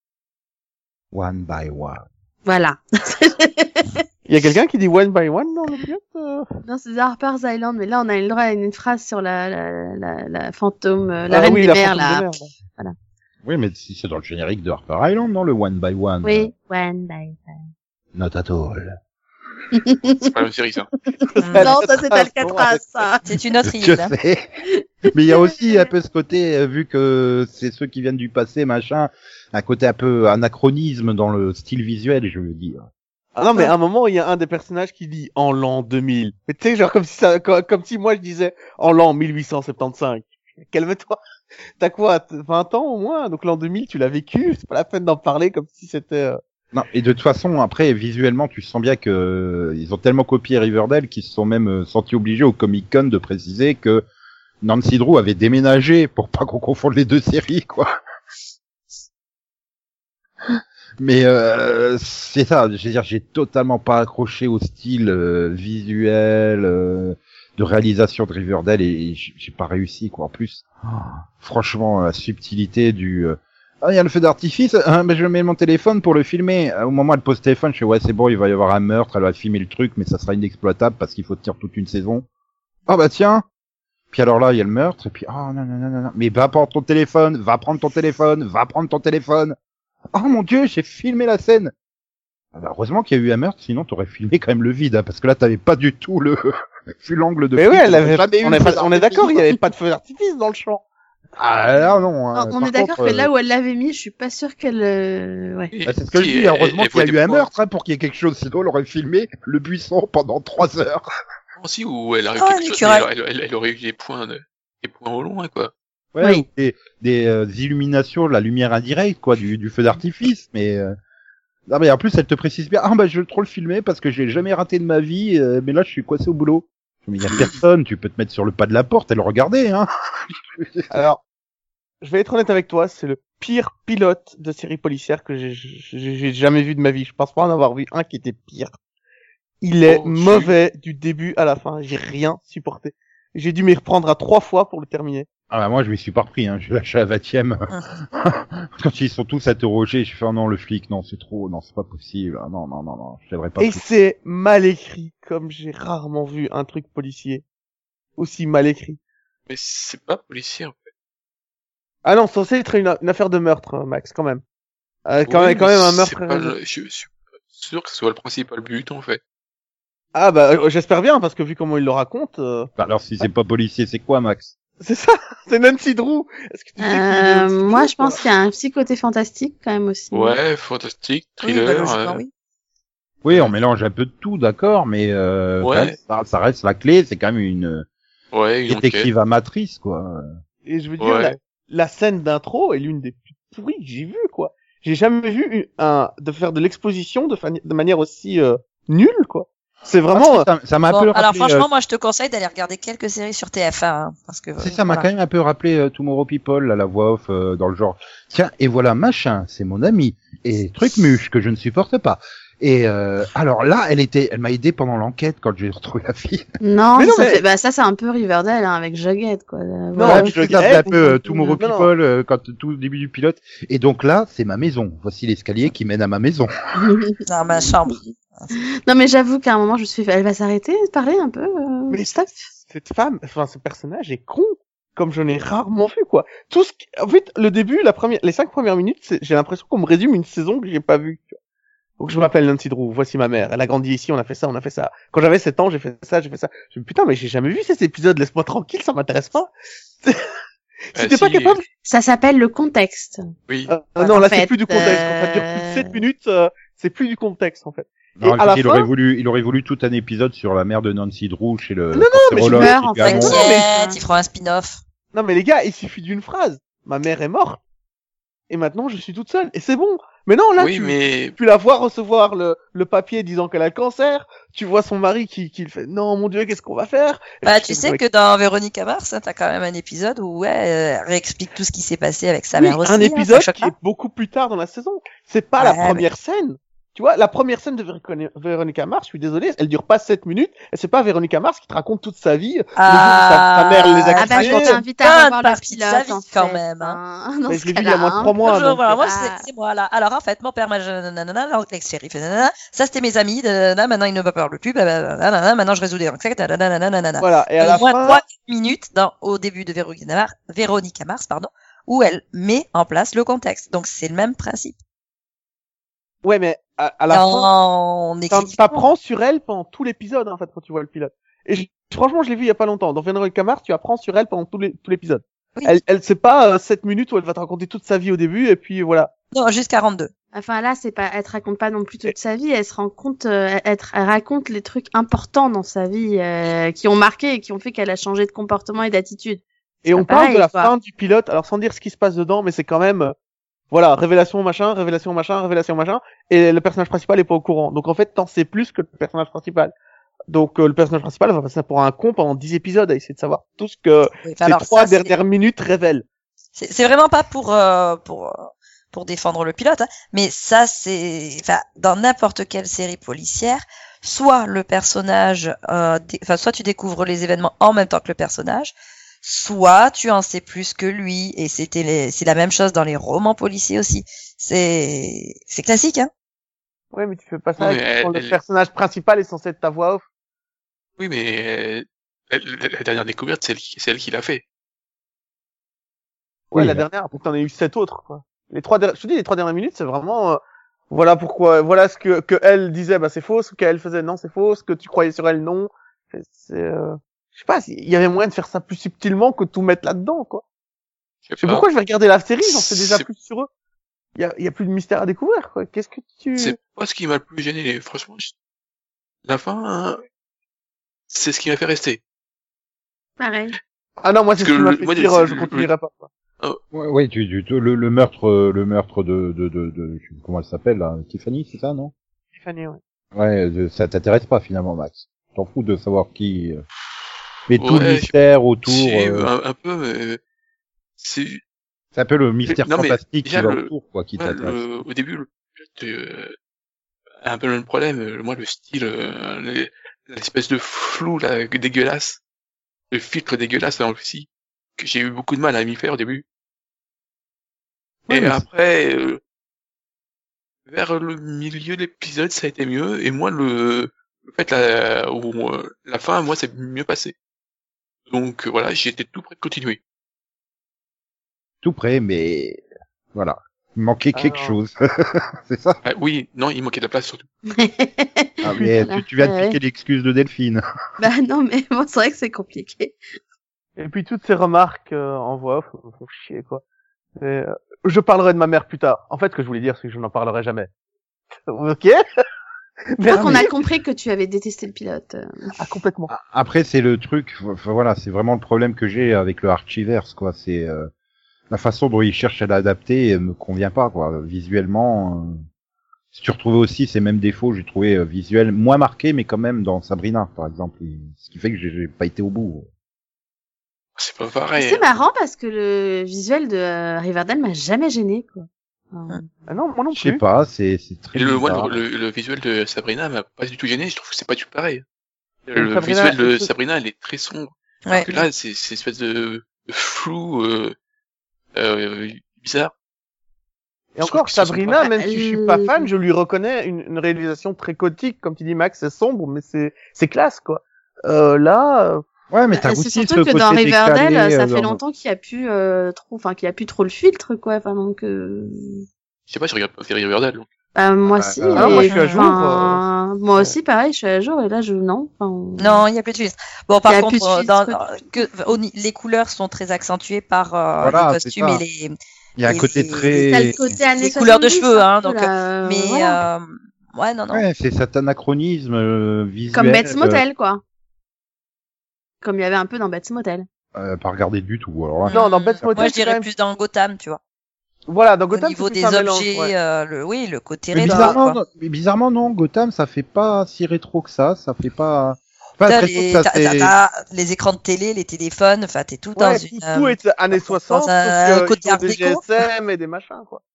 Speaker 3: One by one.
Speaker 4: Voilà.
Speaker 6: Il y a quelqu'un qui dit one by one dans le pilote euh...
Speaker 4: Non, c'est Harper's Island, mais là, on a eu le droit à une phrase sur la, la, la, la fantôme, euh, la
Speaker 6: Ah
Speaker 4: reine
Speaker 6: oui,
Speaker 4: des
Speaker 6: la
Speaker 4: mers,
Speaker 6: fantôme
Speaker 4: là.
Speaker 6: des mers, là.
Speaker 3: Oui, mais si c'est dans le générique de Harper Island, non, le one by one.
Speaker 4: Oui, one by one.
Speaker 3: Not at all.
Speaker 5: C'est pas la même série, ça.
Speaker 4: Non, ça, c'est
Speaker 6: Ah,
Speaker 4: Alcatraz, ça.
Speaker 7: C'est une autre
Speaker 3: Je
Speaker 7: île.
Speaker 3: sais. Mais il y a aussi un peu ce côté, euh, vu que c'est ceux qui viennent du passé, machin, un côté un peu anachronisme dans le style visuel, je veux dire.
Speaker 6: Ah non, mais à un moment, il y a un des personnages qui dit en l'an deux mille. Mais tu sais, genre comme si ça, comme, comme si moi je disais en l'an mille huit cent soixante-quinze. Calme-toi. T'as quoi, t- vingt ans au moins? Donc l'an deux mille, tu l'as vécu. C'est pas la peine d'en parler comme si c'était... euh,
Speaker 3: Non, et de toute façon, après, visuellement, tu sens bien que euh, ils ont tellement copié Riverdale qu'ils se sont même euh, sentis obligés au Comic-Con de préciser que Nancy Drew avait déménagé pour pas qu'on confonde les deux séries, quoi. Mais euh, c'est ça, je veux dire, j'ai totalement pas accroché au style euh, visuel euh, de réalisation de Riverdale et, et j'ai j'ai pas réussi, quoi. En plus, oh, franchement, la subtilité du euh, ah, il y a le feu d'artifice, hein, ben je mets mon téléphone pour le filmer. Au moment où elle pose le téléphone, je fais ouais, c'est bon, il va y avoir un meurtre, elle va filmer le truc, mais ça sera inexploitable parce qu'il faut tenir toute une saison. Ah bah tiens. Puis alors là, il y a le meurtre et puis oh non non non non non, mais va prendre ton téléphone, va prendre ton téléphone, va prendre ton téléphone. Oh mon dieu, j'ai filmé la scène. Ah bah, heureusement qu'il y a eu un meurtre, sinon t'aurais filmé quand même le vide, hein, parce que là t'avais pas du tout le vu l'angle de.
Speaker 6: Mais ouais, elle avait...
Speaker 3: jamais eu
Speaker 6: on,
Speaker 3: de
Speaker 6: est
Speaker 3: feu
Speaker 6: pas- on est
Speaker 3: d'artifice.
Speaker 6: d'accord, il y avait pas de feu d'artifice dans le champ.
Speaker 3: Ah là non. Hein.
Speaker 4: on
Speaker 3: Par
Speaker 4: est d'accord
Speaker 3: contre,
Speaker 4: que là
Speaker 3: euh,
Speaker 4: où elle l'avait mis, je suis pas sûre qu'elle, euh, ouais.
Speaker 5: Et-
Speaker 3: bah, c'est ce que je
Speaker 5: si,
Speaker 3: dis,
Speaker 5: elle-
Speaker 3: heureusement
Speaker 5: elle
Speaker 3: qu'il y a
Speaker 5: voit
Speaker 3: eu
Speaker 5: des
Speaker 3: un
Speaker 5: points.
Speaker 3: meurtre hein, pour qu'il y ait quelque chose, sinon elle aurait filmé le buisson pendant trois heures.
Speaker 5: Aussi, où elle a eu
Speaker 7: Oh,
Speaker 5: quelque chose, mais
Speaker 7: naturel.
Speaker 5: elle, elle, elle aurait eu des points, de, des points au loin, quoi.
Speaker 3: Ouais,
Speaker 4: Oui.
Speaker 3: ou des, des euh, illuminations, de la lumière indirecte, quoi, du, du feu d'artifice, mais euh... non mais en plus elle te précise bien, ah bah je veux trop le filmer parce que j'ai jamais raté de ma vie, euh, mais là je suis coincé au boulot. Mais il y a personne, tu peux te mettre sur le pas de la porte et le regarder, hein.
Speaker 6: Alors, je vais être honnête avec toi, c'est le pire pilote de série policière que j'ai, j'ai, j'ai jamais vu de ma vie. Je pense pas en avoir vu un qui était pire. Il est
Speaker 5: Oh,
Speaker 6: mauvais du début à la fin. J'ai rien supporté. J'ai dû m'y reprendre à trois fois pour le terminer.
Speaker 3: Ah bah moi je m'y suis pas repris, hein. J'ai lâché à la vingtième. Quand ils sont tous interrogés, je fais oh non le flic, non c'est trop, non c'est pas possible, ah, non non non non, je l'aimerais pas.
Speaker 6: Et
Speaker 3: plus.
Speaker 6: c'est mal écrit, comme j'ai rarement vu un truc policier aussi mal écrit.
Speaker 5: Mais c'est pas policier, en fait.
Speaker 6: Ah non, c'est censé être une, une affaire de meurtre, hein, Max, quand même. Euh, quand,
Speaker 5: Oui,
Speaker 6: même quand
Speaker 5: mais
Speaker 6: même un
Speaker 5: c'est
Speaker 6: meurtre.
Speaker 5: pas le- je, je suis pas sûr que ce soit le principal but, en fait.
Speaker 6: Ah bah euh, j'espère bien, parce que vu comment il le raconte, euh,
Speaker 3: Bah, alors si c'est pas policier, c'est quoi Max?
Speaker 6: c'est ça, c'est Nancy Drew. Est-ce que tu sais qui est
Speaker 4: Euh,
Speaker 6: Nancy Drew,
Speaker 4: moi, je
Speaker 6: quoi
Speaker 4: pense qu'il y a un petit côté fantastique quand même aussi.
Speaker 5: Ouais, fantastique,
Speaker 7: Oui, bah,
Speaker 5: thriller.
Speaker 7: logiquement,
Speaker 5: euh,
Speaker 7: oui.
Speaker 3: Oui, on mélange un peu de tout, d'accord, mais euh,
Speaker 5: Ouais.
Speaker 3: quand même, ça, ça reste la clé, c'est quand même une
Speaker 5: Ouais, une enquête.
Speaker 3: détective amatrice, quoi.
Speaker 6: Et je veux dire,
Speaker 5: Ouais.
Speaker 6: la, la scène d'intro est l'une des plus pourries que j'ai vues, quoi. J'ai jamais vu une- un, de faire de l'exposition de, fani- de manière aussi euh, nulle, quoi. C'est vraiment...
Speaker 3: Ah, ça ça m'a un
Speaker 7: Bon,
Speaker 3: peu rappelé.
Speaker 7: alors franchement,
Speaker 3: euh,
Speaker 7: moi je te conseille d'aller regarder quelques séries sur T F un, hein, parce que
Speaker 3: c'est ça m'a
Speaker 7: voilà.
Speaker 3: quand même un peu rappelé euh, Tomorrow People, là, la voix off euh, dans le genre. Tiens, et voilà machin, c'est mon ami, et truc muche que je ne supporte pas. Et euh, alors là, elle était, elle m'a aidé pendant l'enquête quand j'ai retrouvé la fille.
Speaker 4: Non,
Speaker 6: Mais non,
Speaker 4: ça,
Speaker 6: mais-
Speaker 4: fait- bah, ça c'est un peu Riverdale hein, avec Jughead quoi. Euh,
Speaker 6: Non,
Speaker 4: voilà.
Speaker 6: puis
Speaker 3: c'est
Speaker 6: je-
Speaker 3: ça, c'est
Speaker 6: elle,
Speaker 3: un peu euh, Tomorrow
Speaker 6: non, non.
Speaker 3: People euh, quand tout au début du pilote. Et donc là, c'est ma maison. Voici l'escalier qui mène à ma maison.
Speaker 7: Dans ma chambre.
Speaker 4: Non mais j'avoue qu'à un moment je me suis fait, elle va s'arrêter de parler un peu. Euh,
Speaker 6: Mais
Speaker 4: Steph.
Speaker 6: cette femme, enfin ce personnage est con, comme je n'ai rarement vu, quoi. Tout ce qui... En fait, le début, la première, les cinq premières minutes, c'est- j'ai l'impression qu'on me résume une saison que j'ai pas vue. tu vois. Donc je m'appelle Nancy Drew, voici ma mère, elle a grandi ici, on a fait ça, on a fait ça. Quand j'avais sept ans, j'ai fait ça, j'ai fait ça. Je me dis, putain, mais j'ai jamais vu ces épisodes, laisse-moi tranquille, ça m'intéresse pas. Si
Speaker 5: Ah,
Speaker 6: t'es pas
Speaker 5: si,
Speaker 6: capable...
Speaker 4: Ça s'appelle le contexte.
Speaker 5: Oui.
Speaker 6: Euh,
Speaker 4: Ouais,
Speaker 6: non,
Speaker 4: en
Speaker 6: là
Speaker 4: fait,
Speaker 6: c'est plus du contexte, quand ça dure
Speaker 4: euh,
Speaker 6: plus de sept minutes, euh, c'est plus du contexte, en fait.
Speaker 3: Non,
Speaker 6: Et
Speaker 3: je
Speaker 6: à la
Speaker 3: dis, il
Speaker 6: fin-
Speaker 3: aurait voulu, il aurait voulu tout un épisode sur la mère de Nancy Drew chez le.
Speaker 6: Non, non, mais je
Speaker 3: cancérologue
Speaker 4: meurs,
Speaker 3: qui
Speaker 4: en
Speaker 3: lui
Speaker 4: fait.
Speaker 3: annonce-
Speaker 6: Non, mais-
Speaker 7: T'inquiète, ils feront un spin-off.
Speaker 6: Non mais les gars, il suffit d'une phrase. Ma mère est morte. Et maintenant je suis toute seule. Et c'est bon. Mais non, là
Speaker 5: oui,
Speaker 6: tu,
Speaker 5: mais
Speaker 6: tu la vois recevoir le, le papier disant qu'elle a le cancer. Tu vois son mari qui, qui le fait. Non, mon Dieu, qu'est-ce qu'on va faire? Et
Speaker 7: Bah,
Speaker 6: puis,
Speaker 7: tu
Speaker 6: je
Speaker 7: sais
Speaker 6: fais,
Speaker 7: que dans Véronica Mars, hein, t'as quand même un épisode où ouais, euh, elle réexplique tout ce qui s'est passé avec sa
Speaker 6: oui,
Speaker 7: mère aussi.
Speaker 6: un
Speaker 7: hein, ça
Speaker 6: épisode
Speaker 7: choque
Speaker 6: qui
Speaker 7: pas.
Speaker 6: est beaucoup plus tard dans la saison. C'est pas
Speaker 7: Ouais,
Speaker 6: la première scène. Tu vois, la première scène de Véronica- Véronica Mars, je suis désolé, elle dure pas sept minutes. Et c'est pas Véronica Mars qui te raconte toute sa vie. Le jour où sa, sa mère les a
Speaker 4: Ah bah je
Speaker 6: quittés.
Speaker 4: t'invite à
Speaker 7: bonne
Speaker 4: revoir le
Speaker 7: partie de sa
Speaker 4: pilote
Speaker 7: vie,
Speaker 4: en
Speaker 7: quand
Speaker 4: fait,
Speaker 7: même,
Speaker 4: hein, dans
Speaker 6: Mais
Speaker 4: ce
Speaker 6: je l'ai vu il y
Speaker 4: cas-là,
Speaker 6: a moins de
Speaker 4: hein.
Speaker 6: trois mois.
Speaker 7: Bonjour,
Speaker 6: donc,
Speaker 7: voilà,
Speaker 6: euh,
Speaker 7: moi,
Speaker 4: ah.
Speaker 7: c'est, c'est moi, là. Alors, en fait, mon père m'a, nanana, l'ex-shérif, nanana, ça, c'était mes amis, nanana, maintenant, ils ne me parlent plus, blablabla, nanana, maintenant, je résous des enquêtes, nanana, nanana.
Speaker 6: Voilà. Et à
Speaker 7: Au
Speaker 6: la
Speaker 7: moins
Speaker 6: fin,
Speaker 7: trois minutes dans, au début de Véronica Mars, Véronica Mars, pardon, où elle met en place le contexte. Donc, c'est le même principe.
Speaker 6: ouais, mais à, à la fin,
Speaker 7: On
Speaker 6: T'en-
Speaker 7: écrit.
Speaker 6: t'apprends sur elle pendant tout l'épisode, en fait, quand tu vois le pilote. Et je- franchement, je l'ai vu il y a pas longtemps. Dans Véronica Mars, tu apprends sur elle pendant tout l'é- tout l'épisode.
Speaker 7: Oui.
Speaker 6: Elle, elle, c'est pas euh, sept minutes où elle va te raconter toute sa vie au début, et puis voilà.
Speaker 7: Non, juste quarante-deux.
Speaker 4: Enfin là, c'est pas, elle te raconte pas non plus toute sa vie, elle se rend compte, euh, elle, elle te- elle raconte les trucs importants dans sa vie euh, qui ont marqué et qui ont fait qu'elle a changé de comportement et d'attitude.
Speaker 6: Et
Speaker 4: C'est
Speaker 6: on
Speaker 4: pas
Speaker 6: parle
Speaker 4: pareil,
Speaker 6: de la
Speaker 4: quoi.
Speaker 6: fin du pilote, alors sans dire ce qui se passe dedans, mais c'est quand même, euh, voilà, révélation machin, révélation machin, révélation machin, et le personnage principal est pas au courant. Donc en fait, t'en sais plus que le personnage principal. Donc euh, le personnage principal va passer pour un con pendant dix épisodes à essayer de savoir tout ce que
Speaker 7: Oui, enfin,
Speaker 6: ces
Speaker 7: alors,
Speaker 6: trois
Speaker 7: ça, c'est-
Speaker 6: dernières minutes révèlent.
Speaker 7: C'est, c'est vraiment pas pour euh, pour euh, pour défendre le pilote, hein, mais ça c'est, enfin dans n'importe quelle série policière, soit le personnage, euh, dé- enfin soit tu découvres les événements en même temps que le personnage, soit tu en sais plus que lui, et c'était les, c'est la même chose dans les romans policiers aussi. C'est c'est classique, hein.
Speaker 6: Ouais, mais tu fais pas ça
Speaker 5: Oui,
Speaker 6: avec-
Speaker 5: mais
Speaker 6: quand
Speaker 5: elle-
Speaker 6: le
Speaker 5: elle-
Speaker 6: personnage principal est censé être ta voix off.
Speaker 5: oui, mais euh, la, la- la dernière découverte, c'est elle, qui- c'est elle qui l'a fait.
Speaker 6: Ouais,
Speaker 3: Oui,
Speaker 6: la
Speaker 3: bah.
Speaker 6: dernière, après t'en as eu sept autres, quoi. Les trois, der- je te dis, les trois dernières minutes, c'est vraiment, euh, voilà pourquoi, voilà ce que, que elle disait, bah c'est faux, ce qu'elle faisait, non, c'est faux, ce que tu croyais sur elle, non. C'est, c'est, euh, je sais pas, il y avait moyen de faire ça plus subtilement que de tout mettre là-dedans, quoi.
Speaker 5: Je sais
Speaker 6: C'est
Speaker 5: pas.
Speaker 6: pourquoi je vais regarder la série, j'en sais déjà
Speaker 5: C'est-
Speaker 6: plus sur eux. Il y a, il y a plus de mystère à découvrir, quoi. Qu'est-ce que tu...
Speaker 5: C'est pas ce qui m'a le plus gêné. Franchement, je- la fin, hein, c'est ce qui m'a fait rester.
Speaker 4: Pareil.
Speaker 6: Ah non, moi, c'est
Speaker 5: Parce
Speaker 6: ce qui
Speaker 5: que
Speaker 6: m'a
Speaker 5: le-
Speaker 6: fait
Speaker 5: moi,
Speaker 6: dire,
Speaker 5: c'est-
Speaker 6: euh, je
Speaker 5: le-
Speaker 6: continuerai pas, quoi.
Speaker 3: Ouais, ouais, tu, tu, tu- le, le meurtre, euh, le meurtre de, de, de, de, je sais plus comment elle s'appelle, là, Tiffany, c'est ça, non?
Speaker 6: Tiffany, ouais.
Speaker 3: Ouais, de- ça t'intéresse pas finalement, Max. T'en fous de savoir qui. euh, Mais tout
Speaker 5: Ouais,
Speaker 3: le mystère autour,
Speaker 5: Si,
Speaker 3: euh,
Speaker 5: un, un peu, mais c'est
Speaker 3: c'est un peu le mystère
Speaker 5: non, mais
Speaker 3: fantastique qui
Speaker 5: déjà,
Speaker 3: va
Speaker 5: le-
Speaker 3: autour, quoi, qui
Speaker 5: ouais,
Speaker 3: t'intéresse.
Speaker 5: le- au début, le pilote, euh, a un peu le même problème. euh, Moi, le style, euh, les- l'espèce de flou là, dégueulasse, le filtre dégueulasse là aussi, que j'ai eu beaucoup de mal à m'y faire au début.
Speaker 3: Ouais,
Speaker 5: Et
Speaker 3: mais c'est-
Speaker 5: après, euh, vers le milieu de l'épisode, ça a été mieux. Et moi, le, le fait la, où, euh, la fin, moi, c'est mieux passé. Donc euh, voilà, j'étais tout prêt de continuer.
Speaker 3: Tout près, mais voilà. Il manquait quelque
Speaker 6: Alors.
Speaker 3: chose. C'est ça?
Speaker 5: Ah, oui, non, il manquait de la place surtout.
Speaker 3: Ah, mais
Speaker 4: Voilà.
Speaker 3: tu, tu viens de
Speaker 4: Ouais,
Speaker 3: piquer l'excuse de Delphine.
Speaker 4: Bah non, mais bon, c'est vrai que c'est compliqué.
Speaker 6: Et puis toutes ces remarques euh, en voix off me font chier, quoi. Et, euh, je parlerai de ma mère plus tard. En fait, ce que je voulais dire, c'est que je n'en parlerai jamais. Ok.
Speaker 4: Je crois qu'on
Speaker 6: Merci.
Speaker 4: a compris que tu avais détesté le pilote. euh.
Speaker 6: Ah, complètement.
Speaker 3: Après, c'est le truc, enfin, voilà, c'est vraiment le problème que j'ai avec le Archiverse, quoi. C'est euh, la façon dont ils cherchent à l'adapter euh, me convient pas, quoi. Visuellement, euh, si tu retrouvais aussi ces mêmes défauts, j'ai trouvé euh, visuels moins marqués, mais quand même dans Sabrina, par exemple, et- ce qui fait que j'ai j'ai pas été au bout.
Speaker 5: C'est pas pareil.
Speaker 4: C'est marrant parce que le visuel de euh, Riverdale m'a jamais gêné, quoi. Enfin,
Speaker 6: Ah non, moi non
Speaker 3: Je sais
Speaker 6: plus.
Speaker 3: pas, c'est c'est très
Speaker 5: Et le, moi,
Speaker 3: bizarre.
Speaker 5: le, le, le visuel de Sabrina m'a pas du tout gêné, je trouve que c'est pas du tout pareil.
Speaker 6: Donc,
Speaker 5: Le
Speaker 6: Sabrina,
Speaker 5: visuel de
Speaker 6: est-ce que-
Speaker 5: Sabrina, elle est très sombre.
Speaker 7: Ouais.
Speaker 5: Alors que là, c'est c'est une espèce de, de flou euh, euh, bizarre.
Speaker 6: Et
Speaker 5: Je trouve
Speaker 6: encore,
Speaker 5: qu'ils se sont
Speaker 6: Sabrina,
Speaker 4: pas-
Speaker 6: même si je suis pas fan, je lui reconnais une, une réalisation très gothique, comme tu dis Max, c'est sombre, mais c'est c'est classe, quoi. Euh, là, euh,
Speaker 3: Ouais, mais t'as
Speaker 4: bah, c'est
Speaker 3: aussi
Speaker 4: surtout
Speaker 3: ce
Speaker 4: que dans
Speaker 3: côté
Speaker 4: Riverdale,
Speaker 3: décalé,
Speaker 4: ça
Speaker 3: euh,
Speaker 4: fait
Speaker 3: dans-
Speaker 4: longtemps qu'il y a plus euh, trop, enfin qu'il y a plus trop le filtre, quoi. Enfin donc, euh...
Speaker 5: Je sais pas, je regarde pas Ferry Riverdale. Donc.
Speaker 4: bah, moi
Speaker 3: Ah,
Speaker 4: aussi.
Speaker 3: euh,
Speaker 6: ah,
Speaker 4: et,
Speaker 6: moi, je suis à jour,
Speaker 4: enfin, moi aussi, pareil, je suis à jour et là, je non. Enfin,
Speaker 7: Non, il y a plus de filtre. Bon,
Speaker 4: Il y
Speaker 7: par
Speaker 4: a
Speaker 7: contre,
Speaker 4: plus de
Speaker 7: euh,
Speaker 4: filtre,
Speaker 7: dans,
Speaker 4: quoi.
Speaker 7: euh, que, au ni- les couleurs sont très accentuées par euh,
Speaker 3: Voilà,
Speaker 7: les
Speaker 3: c'est
Speaker 7: costumes
Speaker 3: ça.
Speaker 7: et les,
Speaker 3: Il y a un
Speaker 7: et
Speaker 3: côté
Speaker 7: les-
Speaker 3: très...
Speaker 4: t'as le côté années
Speaker 7: les couleurs de
Speaker 4: soixante-dix,
Speaker 7: cheveux,
Speaker 4: un
Speaker 7: hein,
Speaker 4: peu,
Speaker 7: donc,
Speaker 4: là, euh,
Speaker 7: mais
Speaker 4: voilà.
Speaker 7: euh, ouais, non, non.
Speaker 3: Ouais, c'est cet anachronisme euh, visuel.
Speaker 4: Comme Bates
Speaker 3: euh,
Speaker 4: Motel, quoi. Comme il y avait un peu dans Bates Motel.
Speaker 3: euh, pas regardé du tout. Alors là,
Speaker 6: Non, dans
Speaker 7: Hum,
Speaker 6: Bates Motel,
Speaker 7: moi, je
Speaker 6: c'est quand
Speaker 7: dirais
Speaker 6: même-
Speaker 7: plus dans Gotham, tu vois.
Speaker 6: voilà, dans
Speaker 7: Au
Speaker 6: Gotham,
Speaker 7: niveau
Speaker 6: c'est plus
Speaker 7: des
Speaker 6: un mélange,
Speaker 7: objets,
Speaker 6: ouais.
Speaker 7: euh, le, oui, le côté
Speaker 3: mais
Speaker 7: rétro,
Speaker 3: bizarrement,
Speaker 7: quoi.
Speaker 3: non, mais bizarrement non, Gotham, ça fait pas si rétro que ça. Ça fait pas. Enfin,
Speaker 7: T'as
Speaker 3: très
Speaker 7: les,
Speaker 3: tôt, ça,
Speaker 7: t'as-
Speaker 3: c'est-
Speaker 7: t'as- t'as les écrans de télé, les téléphones, enfin, t'es tout dans
Speaker 6: Ouais,
Speaker 7: une,
Speaker 6: tout,
Speaker 7: euh,
Speaker 6: tout est années soixante,
Speaker 7: un
Speaker 6: sauf
Speaker 7: côté
Speaker 6: que ils ont
Speaker 7: art
Speaker 6: des
Speaker 7: déco.
Speaker 6: G S M et des machins, quoi.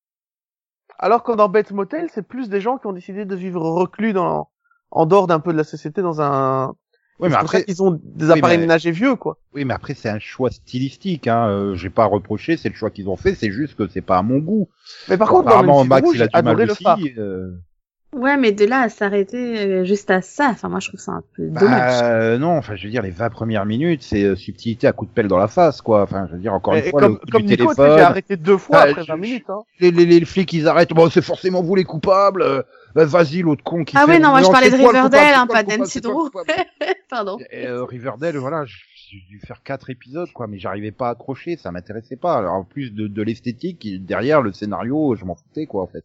Speaker 6: Alors que dans Bates Motel, c'est plus des gens qui ont décidé de vivre reclus dans, en dehors d'un peu de la société dans un,
Speaker 3: Oui, mais
Speaker 6: c'est pour ça
Speaker 3: après,
Speaker 6: qu'ils ont des
Speaker 3: oui,
Speaker 6: appareils
Speaker 3: mais-
Speaker 6: ménagers vieux, quoi.
Speaker 3: oui, mais après, c'est un choix stylistique. Hein. Euh, j'ai pas à reprocher, c'est le choix qu'ils ont fait. C'est juste que c'est pas à mon goût.
Speaker 6: Mais par contre, dans le
Speaker 3: apparemment,
Speaker 6: fil
Speaker 3: Max,
Speaker 6: rouge,
Speaker 3: il a
Speaker 6: j'ai
Speaker 3: du mal
Speaker 6: adoré le
Speaker 3: aussi.
Speaker 6: phare.
Speaker 3: euh.
Speaker 4: Ouais, mais de là à s'arrêter euh, juste à ça, enfin moi je trouve ça un peu dommage.
Speaker 3: Bah, euh, non, enfin, je veux dire, les vingt premières minutes, c'est euh, subtilité à coup de pelle dans la face, quoi. Enfin, je veux dire, encore
Speaker 6: Et,
Speaker 3: une
Speaker 6: et
Speaker 3: fois,
Speaker 6: comme,
Speaker 3: le coup
Speaker 6: comme
Speaker 3: du
Speaker 6: Nico, tu sais,
Speaker 3: téléphone.
Speaker 6: j'ai arrêté deux fois
Speaker 3: Bah,
Speaker 6: après
Speaker 3: je-
Speaker 6: vingt minutes, hein.
Speaker 3: Les, les, les flics, ils arrêtent. Bon, c'est forcément vous les coupables. Euh, bah, vas-y, l'autre con qui
Speaker 4: Ah
Speaker 3: fait.
Speaker 4: oui, non, moi je
Speaker 3: c'est
Speaker 4: parlais de
Speaker 3: toi le coupable,
Speaker 4: Riverdale,
Speaker 3: c'est
Speaker 4: hein,
Speaker 3: toi
Speaker 4: pas
Speaker 3: le coupable,
Speaker 4: Nancy
Speaker 3: c'est toi le
Speaker 4: Drew.
Speaker 3: coupable.
Speaker 4: Pardon.
Speaker 3: Et, euh, Riverdale, voilà, j'ai dû faire quatre épisodes, quoi, mais j'arrivais pas à accrocher, ça m'intéressait pas. Alors, en plus de, de l'esthétique, derrière le scénario, je m'en foutais, quoi, en fait.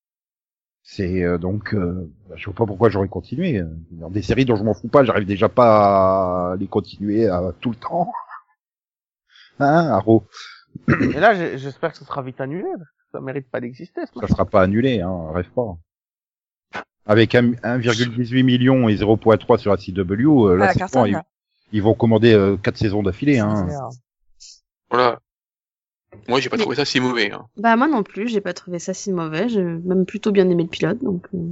Speaker 3: C'est euh, donc, euh, bah, je vois pas pourquoi j'aurais continué. Dans des séries dont je m'en fous pas, j'arrive déjà pas à les continuer à, tout le temps. Hein, Arro,
Speaker 6: Et là, j'ai- j'espère que ce sera vite annulé, parce que ça mérite pas d'exister, ce
Speaker 3: ça
Speaker 6: truc.
Speaker 3: sera pas annulé, hein, rêve pas. Avec un- un virgule dix-huit million et zéro virgule trois sur la C W, euh, là,
Speaker 7: Ah,
Speaker 3: c'est
Speaker 7: carton,
Speaker 3: bon, ils,
Speaker 7: là.
Speaker 3: ils vont commander euh, quatre saisons d'affilée, hein.
Speaker 6: Merde.
Speaker 5: Voilà. Moi, j'ai pas
Speaker 4: Mais-
Speaker 5: trouvé ça si mauvais. Hein.
Speaker 4: Bah moi non plus, j'ai pas trouvé ça si mauvais, j'ai même plutôt bien aimé le pilote, donc... euh,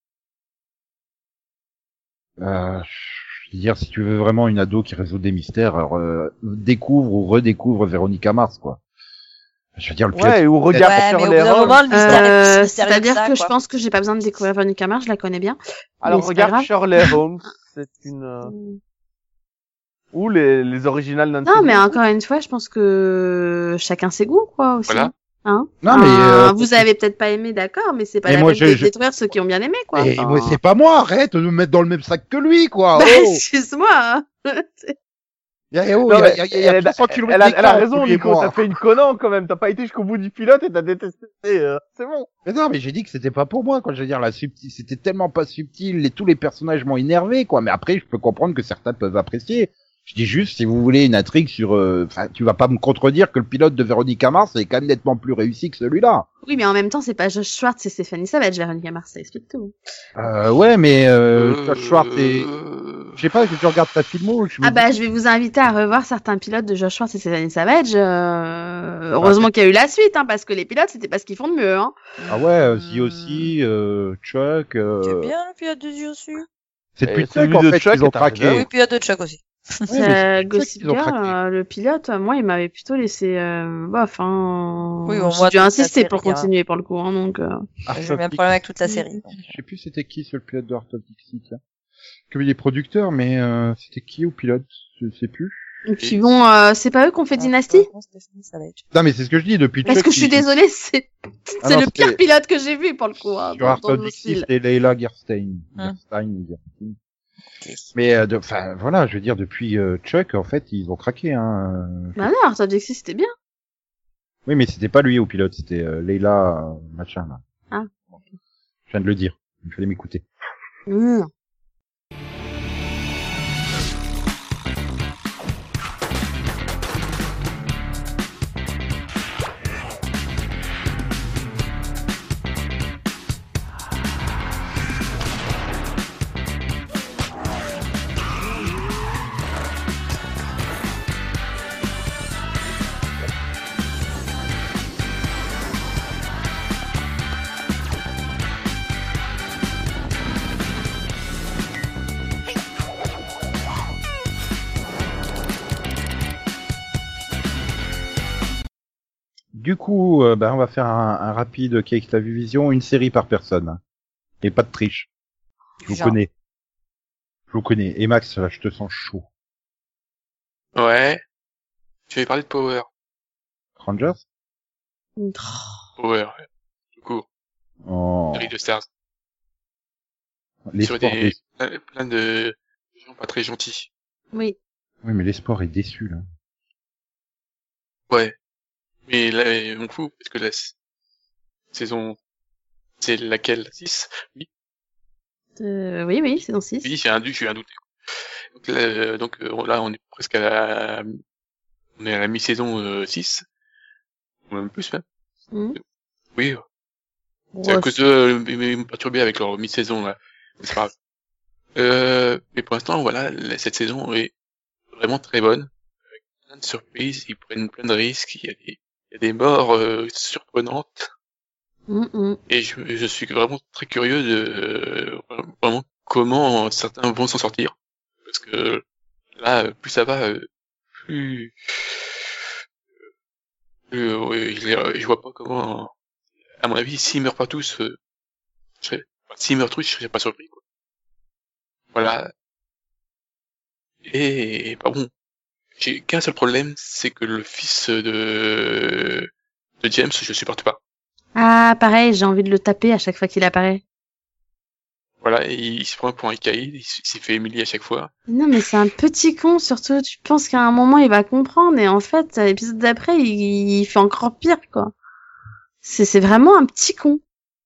Speaker 3: Euh, je veux dire, si tu veux vraiment une ado qui résout des mystères, alors, euh, découvre ou redécouvre Véronica Mars, quoi. Je veux dire, le pilote,
Speaker 6: Ouais, ou regarde
Speaker 7: Ouais, mais
Speaker 6: sur
Speaker 7: au
Speaker 6: les
Speaker 7: bout d'un
Speaker 6: rôles.
Speaker 7: moment, le mystère est
Speaker 4: Euh,
Speaker 7: plus mystérieux
Speaker 4: C'est-à-dire
Speaker 7: ça,
Speaker 4: que, je
Speaker 7: quoi.
Speaker 4: pense que j'ai pas besoin de découvrir Veronica Mars, je la connais bien.
Speaker 6: Alors
Speaker 4: mais c'est pas
Speaker 6: regarde
Speaker 4: grave.
Speaker 6: Shirley Holmes, c'est une, euh, ou les, les originales Nancy
Speaker 4: Non, mais
Speaker 6: Drew.
Speaker 4: encore une fois, je pense que chacun ses goûts, quoi, aussi.
Speaker 5: Voilà.
Speaker 4: Hein
Speaker 3: Non, mais,
Speaker 4: Ah,
Speaker 3: euh,
Speaker 4: vous avez peut-être pas aimé, d'accord, mais c'est pas
Speaker 3: Mais
Speaker 4: la
Speaker 3: moi,
Speaker 4: peine
Speaker 3: je-
Speaker 4: de
Speaker 3: je-
Speaker 4: détruire ceux qui ont bien aimé, quoi.
Speaker 3: et
Speaker 4: Enfin,
Speaker 3: moi, c'est pas moi, arrête de me mettre dans le même sac que lui, quoi.
Speaker 4: Bah,
Speaker 3: Oh.
Speaker 4: excuse-moi. hein.
Speaker 3: Il y a, oh,
Speaker 6: Non,
Speaker 3: il y a,
Speaker 6: mais
Speaker 3: il y a, il y a
Speaker 6: elle,
Speaker 3: trois cents kilomètres
Speaker 6: elle a, elle a
Speaker 3: d'écart
Speaker 6: raison,
Speaker 3: entre lui et
Speaker 6: Nico,
Speaker 3: moi.
Speaker 6: t'as fait une conne quand même, t'as pas été jusqu'au bout du pilote et t'as détesté, euh, c'est bon.
Speaker 3: Mais non, mais j'ai dit que c'était pas pour moi, quoi. Je veux dire, la subtil, c'était tellement pas subtil, et tous les personnages m'ont énervé, quoi. Mais après, je peux comprendre que certains peuvent apprécier. Je dis juste, si vous voulez une intrigue sur... Enfin, euh, tu vas pas me contredire que le pilote de Véronica Mars est quand même nettement plus réussi que celui-là.
Speaker 4: Oui, mais en même temps, c'est pas Josh Schwartz, c'est Stéphanie Savage, Véronica Mars, ça explique tout.
Speaker 3: Euh, ouais, mais euh,
Speaker 5: Euh,
Speaker 3: Josh Schwartz et... Je sais pas, que tu regardes ta filmo... Je me
Speaker 4: Ah
Speaker 3: dis-
Speaker 4: bah, je vais vous inviter à revoir certains pilotes de Josh Schwartz et Stéphanie Savage. Euh... Heureusement qu'il y a eu la suite, hein, parce que les pilotes, c'était pas ce qu'ils font de mieux, hein.
Speaker 3: Ah ouais, euh, The aussi, euh, Chuck... Euh...
Speaker 7: C'est bien le pilote de Dieu aussi.
Speaker 3: C'est
Speaker 6: Et
Speaker 3: depuis
Speaker 6: celui
Speaker 3: Chuck, en
Speaker 6: de
Speaker 3: fait,
Speaker 6: Chuck
Speaker 3: ils ont
Speaker 6: est arrivé.
Speaker 3: craqué.
Speaker 7: Ah oui, pilote de Chuck aussi.
Speaker 3: Ouais, mais c'est
Speaker 4: Euh,
Speaker 3: pour ça
Speaker 4: Gossip
Speaker 3: qu'ils ont
Speaker 4: Girl,
Speaker 3: craqué.
Speaker 4: euh, le pilote, euh, moi, il m'avait plutôt laissé, euh, bof, hein.
Speaker 7: Oui, bon,
Speaker 4: J'ai
Speaker 7: moi,
Speaker 4: dû
Speaker 7: toute la
Speaker 4: insister
Speaker 7: série,
Speaker 4: pour
Speaker 7: hein.
Speaker 4: continuer pour le coup, hein, donc, euh...
Speaker 7: J'ai le même problème avec toute la série.
Speaker 3: Je sais plus c'était qui sur le pilote de Heart of Dixie, là. Comme il est producteur, mais euh, c'était qui au pilote? Je sais plus.
Speaker 4: Et puis bon, euh, c'est pas eux qui ont fait Dynasty?
Speaker 3: Non, mais c'est ce que je dis depuis
Speaker 4: Parce
Speaker 3: Chuck,
Speaker 4: que je suis
Speaker 3: il-
Speaker 4: désolée, c'est,
Speaker 3: Ah
Speaker 4: c'est
Speaker 3: non,
Speaker 4: le pire
Speaker 3: c'était-
Speaker 4: pilote que j'ai vu pour le coup, hein,
Speaker 3: Sur
Speaker 4: dans,
Speaker 3: Heart
Speaker 4: dans
Speaker 3: of
Speaker 4: le
Speaker 3: Dixie,
Speaker 4: style.
Speaker 3: c'était Leila Gerstein.
Speaker 7: Hum.
Speaker 3: Gerstein, Gerstein. Mais, euh, de- enfin, voilà, je veux dire, depuis euh, Chuck, en fait, ils ont craqué, hein. euh.
Speaker 4: Bah non, Art of Dixie, c'était bien.
Speaker 3: Oui, mais c'était pas lui au pilote, c'était euh, Leila, euh, machin, là.
Speaker 4: Ah.
Speaker 3: Je viens de le dire. Il fallait m'écouter.
Speaker 4: Mmh.
Speaker 3: Du coup, euh, ben, on va faire un, un rapide Cake la Vision, une série par personne. Et pas de triche. Je vous
Speaker 7: Genre.
Speaker 3: connais. Je vous connais. Et Max, là, je te sens chaud.
Speaker 5: Ouais. Tu avais parlé de Power.
Speaker 3: Rangers?
Speaker 5: Power, ouais. Du coup,
Speaker 3: Oh.
Speaker 5: série de Stars.
Speaker 3: L'espoir
Speaker 5: Sur des,
Speaker 3: est...
Speaker 5: plein- plein de gens pas très gentils.
Speaker 4: Oui.
Speaker 3: Oui, mais l'espoir est déçu, là.
Speaker 5: Ouais. Mais là, on fout, parce que la s- saison, c'est laquelle? six? Oui.
Speaker 4: Euh, oui, oui, c'est dans six.
Speaker 5: Oui, j'ai un doute, j'ai un doute. Donc là, euh, donc, euh, là, on est presque à la, on est à la mi-saison, euh, six. Ou même plus, même.
Speaker 4: Mmh.
Speaker 5: Oui. C'est à
Speaker 4: Ouais,
Speaker 5: cause de, euh, ils me perturber avec leur mi-saison, là. C'est pas grave. Euh, mais pour l'instant, voilà, la- cette saison est vraiment très bonne. Avec plein de surprises, ils prennent plein de risques, il y a des, il y a des morts, euh, surprenantes.
Speaker 4: Mmh, mmh.
Speaker 5: Et je, je suis vraiment très curieux de, euh, vraiment comment certains vont s'en sortir. Parce que, là, plus ça va, euh, plus, plus, euh, ouais, je, je vois pas comment, à mon avis, s'ils meurent pas tous, euh, je serais, enfin, s'ils meurent tous, je serais pas surpris, quoi. Voilà. Et, bah bon, j'ai qu'un seul problème, c'est que le fils de, de James, je supporte pas.
Speaker 4: Ah, pareil, j'ai envie de le taper à chaque fois qu'il apparaît.
Speaker 5: Voilà, et il se prend pour un caïd, il s- il s'est fait humilier à chaque fois.
Speaker 4: Non, mais c'est un petit con, surtout, tu penses qu'à un moment, il va comprendre, et en fait, à l'épisode d'après, il, il fait encore pire, quoi. C'est, c'est vraiment un petit con.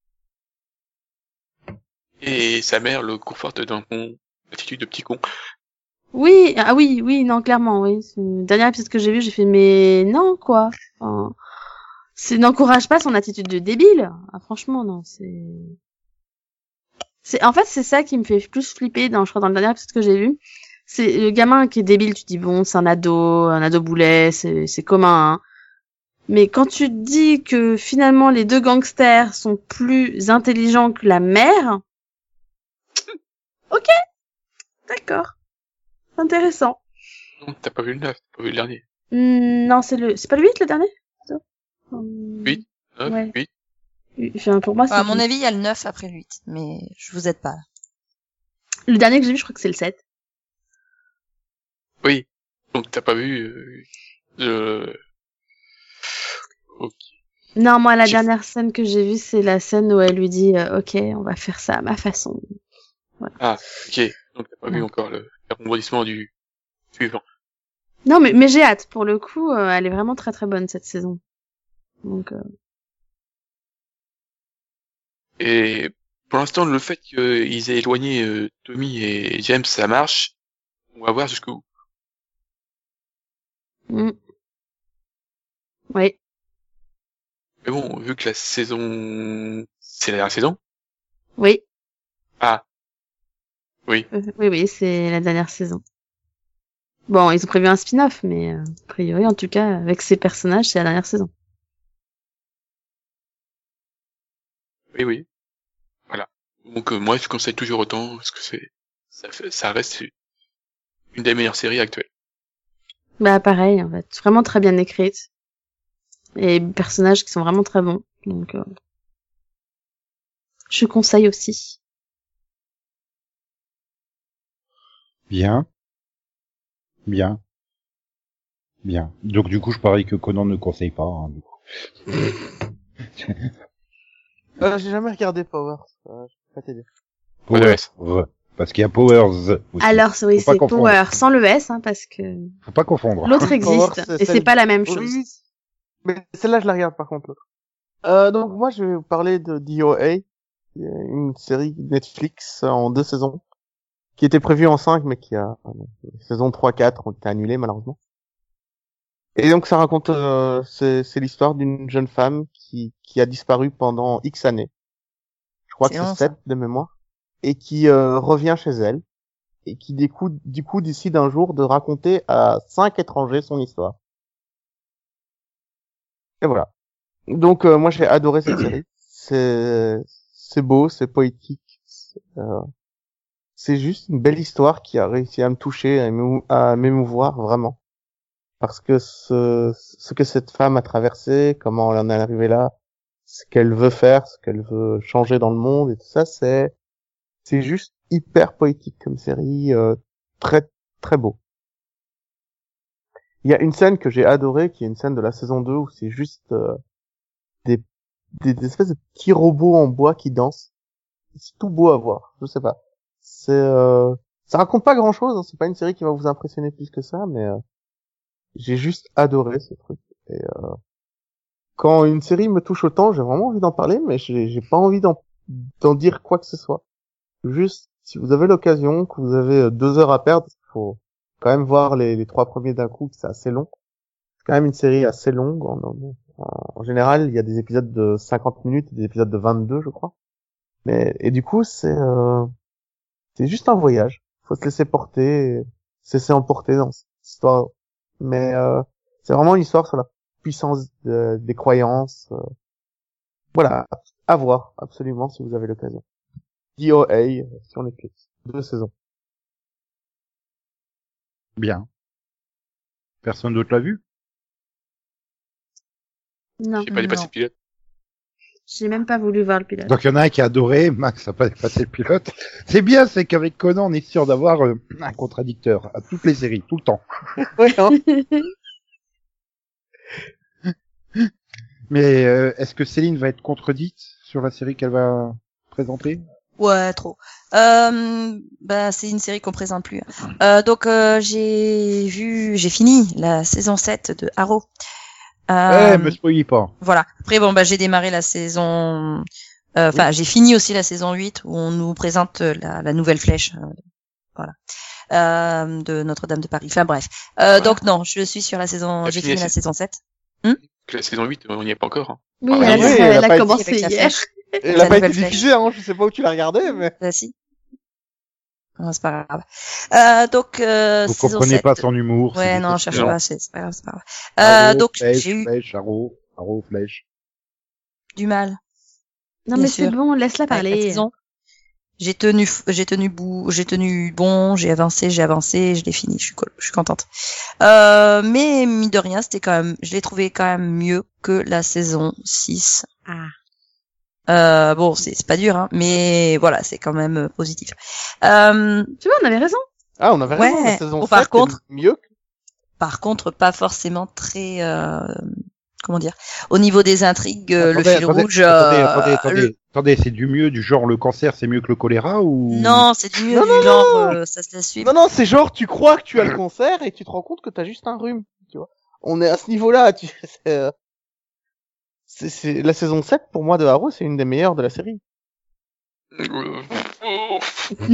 Speaker 5: Et sa mère le conforte dans son attitude de petit con.
Speaker 4: Oui, ah oui, oui, non, clairement, oui. C'est le dernier épisode que j'ai vu, j'ai fait, mais non, quoi. Enfin, c'est, n'encourage pas son attitude de débile. Ah, franchement, non, c'est... C'est, en fait, c'est ça qui me fait plus flipper dans, je crois, dans le dernier épisode que j'ai vu. C'est le gamin qui est débile, tu te dis, bon, c'est un ado, un ado boulet, c'est, c'est commun, hein. Mais quand tu te dis que finalement les deux gangsters sont plus intelligents que la mère, ok, d'accord, intéressant.
Speaker 5: Non, t'as pas vu le neuf, t'as pas vu le dernier.
Speaker 4: Hmm, non, c'est le, c'est pas le huit le dernier? Hum,
Speaker 5: Huit. neuf,
Speaker 4: Ouais.
Speaker 5: huit.
Speaker 4: Enfin, pour moi, c'est
Speaker 7: Enfin, à mon
Speaker 4: le-
Speaker 7: avis, il y a le neuf après le huit, mais je vous aide pas.
Speaker 4: le dernier que j'ai vu, je crois que c'est le sept.
Speaker 5: Oui. Donc t'as pas vu, euh, le... Ok.
Speaker 4: Non, moi, la
Speaker 5: J'ai-
Speaker 4: dernière scène que j'ai vue, c'est la scène où elle lui dit, euh, ok, on va faire ça à ma façon.
Speaker 5: Ah, ok. Donc t'as pas vu
Speaker 4: Non.
Speaker 5: encore le le rebondissement du suivant.
Speaker 4: Non, mais, mais j'ai hâte. Pour le coup, euh, elle est vraiment très très bonne cette saison. Donc, euh...
Speaker 5: Et pour l'instant, le fait qu'ils aient éloigné euh, Tommy et James, ça marche. On va voir jusqu'où.
Speaker 4: Mm. Oui.
Speaker 5: Mais bon, vu que la saison, c'est la dernière saison.
Speaker 4: Oui.
Speaker 5: Ah. Oui.
Speaker 4: Euh, oui, oui, c'est la dernière saison. Bon, ils ont prévu un spin-off, mais euh, a priori, en tout cas, avec ces personnages, c'est la dernière saison.
Speaker 5: Oui, oui. Voilà. Donc euh, moi, je conseille toujours autant parce que c'est, ça, fait, ça reste une des meilleures séries actuelles.
Speaker 4: Bah pareil, en fait, vraiment très bien écrite. Et des personnages qui sont vraiment très bons. Donc, euh, je conseille aussi.
Speaker 3: Bien. Bien. Bien. Donc du coup, je parie que Conan ne conseille pas. Hein, du coup.
Speaker 6: Euh, j'ai jamais regardé Power. Euh, je peux pas t'aider.
Speaker 3: Powers. Ouais. Parce qu'il y a Powers aussi.
Speaker 4: Alors, oui,
Speaker 3: Faut pas
Speaker 4: c'est
Speaker 3: confondre.
Speaker 4: Power, sans le S, hein, parce que
Speaker 3: Faut pas confondre.
Speaker 4: l'autre
Speaker 6: Power,
Speaker 4: existe,
Speaker 6: c'est
Speaker 4: et c'est
Speaker 6: celle-
Speaker 4: pas la même chose.
Speaker 6: Oui, mais celle-là, je la regarde par contre. l'autre. Euh, donc moi, je vais vous parler de D O A, qui est une série Netflix en deux saisons, qui était prévue en cinq, mais qui a les saisons trois quatre ont été annulées malheureusement. Et donc ça raconte, euh, c'est, c'est l'histoire d'une jeune femme qui qui a disparu pendant X années. Je crois
Speaker 7: C'est
Speaker 6: que
Speaker 7: long,
Speaker 6: c'est
Speaker 7: ça.
Speaker 6: sept de mémoire, et qui euh, revient chez elle et qui du coup, du coup décide un jour de raconter à cinq étrangers son histoire. Et voilà. Donc euh, moi j'ai adoré cette série. C'est c'est beau, c'est poétique. C'est, euh, c'est juste une belle histoire qui a réussi à me toucher, à, m'émou- à m'émouvoir vraiment. Parce que ce ce que cette femme a traversé, comment elle en est arrivée là, ce qu'elle veut faire, ce qu'elle veut changer dans le monde et tout ça, c'est c'est juste hyper poétique comme série, euh, très très beau. Il y a une scène que j'ai adorée, qui est une scène de la saison deux où c'est juste euh, des, des des espèces de petits robots en bois qui dansent. C'est tout beau à voir. Je sais pas. C'est euh, ça raconte pas grand chose. Hein. C'est pas une série qui va vous impressionner plus que ça, mais euh, j'ai juste adoré ce truc. Et euh, quand une série me touche autant, j'ai vraiment envie d'en parler, mais j'ai j'ai pas envie d'en d'en dire quoi que ce soit. Juste, si vous avez l'occasion, que vous avez euh, deux heures à perdre, il faut quand même voir les, les trois premiers d'un coup, c'est assez long. C'est quand même une série assez longue. En, en, en général, il y a des épisodes de cinquante minutes et des épisodes de vingt-deux, je crois. Mais et du coup, c'est euh, c'est juste un voyage. Faut se laisser porter, et se laisser emporter dans cette histoire. Mais euh, c'est vraiment une histoire sur la puissance de- des croyances. euh. Voilà, à voir absolument si vous avez l'occasion. D O A euh, sur Netflix, deux saisons.
Speaker 3: Bien. Personne d'autre l'a vu?
Speaker 4: Non,
Speaker 5: J'ai pas dépassé
Speaker 7: Non.
Speaker 5: le pilote.
Speaker 4: j'ai même pas voulu voir le pilote.
Speaker 3: Donc il y en a un qui a adoré, Max a pas dépassé le pilote. C'est bien, c'est qu'avec Conan, on est sûr d'avoir euh, un contradicteur à toutes les séries, tout le temps.
Speaker 6: Oui, hein.
Speaker 3: Mais euh, est-ce que Céline va être contredite sur la série qu'elle va présenter?
Speaker 7: Ouais, trop. Euh, bah, c'est une série qu'on présente plus. Euh, donc, euh, j'ai vu, j'ai fini la saison sept de Arrow. Euh,
Speaker 3: Eh, me spoilez pas.
Speaker 7: Voilà. Après, bon, bah, j'ai démarré la saison, enfin, j'ai fini aussi la saison huit où on nous présente la, la nouvelle flèche, euh, voilà, euh, de Notre-Dame de Paris. Enfin, bref. Euh, donc, non, je suis sur la saison,
Speaker 5: T'as
Speaker 7: j'ai
Speaker 5: fini
Speaker 7: fini
Speaker 5: la
Speaker 7: la saison sept.
Speaker 5: Que la saison huit, on n'y est pas encore. Hein.
Speaker 4: Oui,
Speaker 5: Ah,
Speaker 4: elle,
Speaker 6: oui,
Speaker 4: a-
Speaker 6: elle a
Speaker 4: elle a
Speaker 6: pas été
Speaker 4: commencé
Speaker 7: avec la
Speaker 4: hier.
Speaker 7: flèche.
Speaker 6: Elle
Speaker 7: La
Speaker 6: a pas été
Speaker 7: nouvelle flèche.
Speaker 6: diffusée, hein. Je sais pas où tu l'as regardé, mais.
Speaker 7: Bah, si. Non, c'est pas grave. Euh, donc, euh,
Speaker 3: Vous
Speaker 7: saison
Speaker 3: comprenez
Speaker 7: sept.
Speaker 3: pas son humour.
Speaker 7: Ouais,
Speaker 3: c'est
Speaker 7: non,
Speaker 3: des
Speaker 7: cherche
Speaker 5: Non.
Speaker 7: pas, c'est c'est pas grave, c'est pas grave.
Speaker 3: Arrow,
Speaker 7: Euh, donc,
Speaker 3: flèche,
Speaker 7: j'ai eu
Speaker 3: flèche, arrow, arrow, flèche.
Speaker 7: du mal.
Speaker 4: Non,
Speaker 7: Bien
Speaker 4: mais c'est
Speaker 7: sûr.
Speaker 4: bon, laisse-la
Speaker 7: avec la
Speaker 4: parler.
Speaker 7: saison. J'ai tenu, j'ai tenu bout, j'ai tenu bon, j'ai avancé, j'ai avancé, je l'ai fini, je suis, co- je suis contente. Euh, mais, mine de rien, c'était quand même, je l'ai trouvé quand même mieux que la saison six.
Speaker 4: Ah.
Speaker 7: Euh, bon, c'est, c'est pas dur, hein, mais voilà, c'est quand même euh, positif. Euh,
Speaker 4: Tu vois, on avait raison.
Speaker 6: Ah, on avait raison.
Speaker 7: Ouais.
Speaker 6: La saison
Speaker 7: Bon, par
Speaker 6: sept est
Speaker 7: contre-
Speaker 6: mieux. que-
Speaker 7: par contre, pas forcément très, euh, comment dire, au niveau des intrigues, euh, le
Speaker 3: Attendez,
Speaker 7: fil
Speaker 3: attendez,
Speaker 7: rouge.
Speaker 3: Attendez,
Speaker 7: euh,
Speaker 3: attendez, attendez,
Speaker 7: le-
Speaker 3: attendez, c'est du mieux, du genre le cancer, c'est mieux que le choléra ou?
Speaker 7: Non, c'est du mieux
Speaker 6: Non,
Speaker 7: du
Speaker 6: non,
Speaker 7: genre,
Speaker 6: non.
Speaker 7: euh, ça se laisse suivre.
Speaker 6: Non, non, c'est genre, tu crois que tu as le cancer et tu te rends compte que t'as juste un rhume, tu vois. On est à ce niveau-là, tu, c'est, euh, c'est, c'est, la saison sept, pour moi, de Arrow, c'est une des meilleures de la série.
Speaker 5: Euh, oh.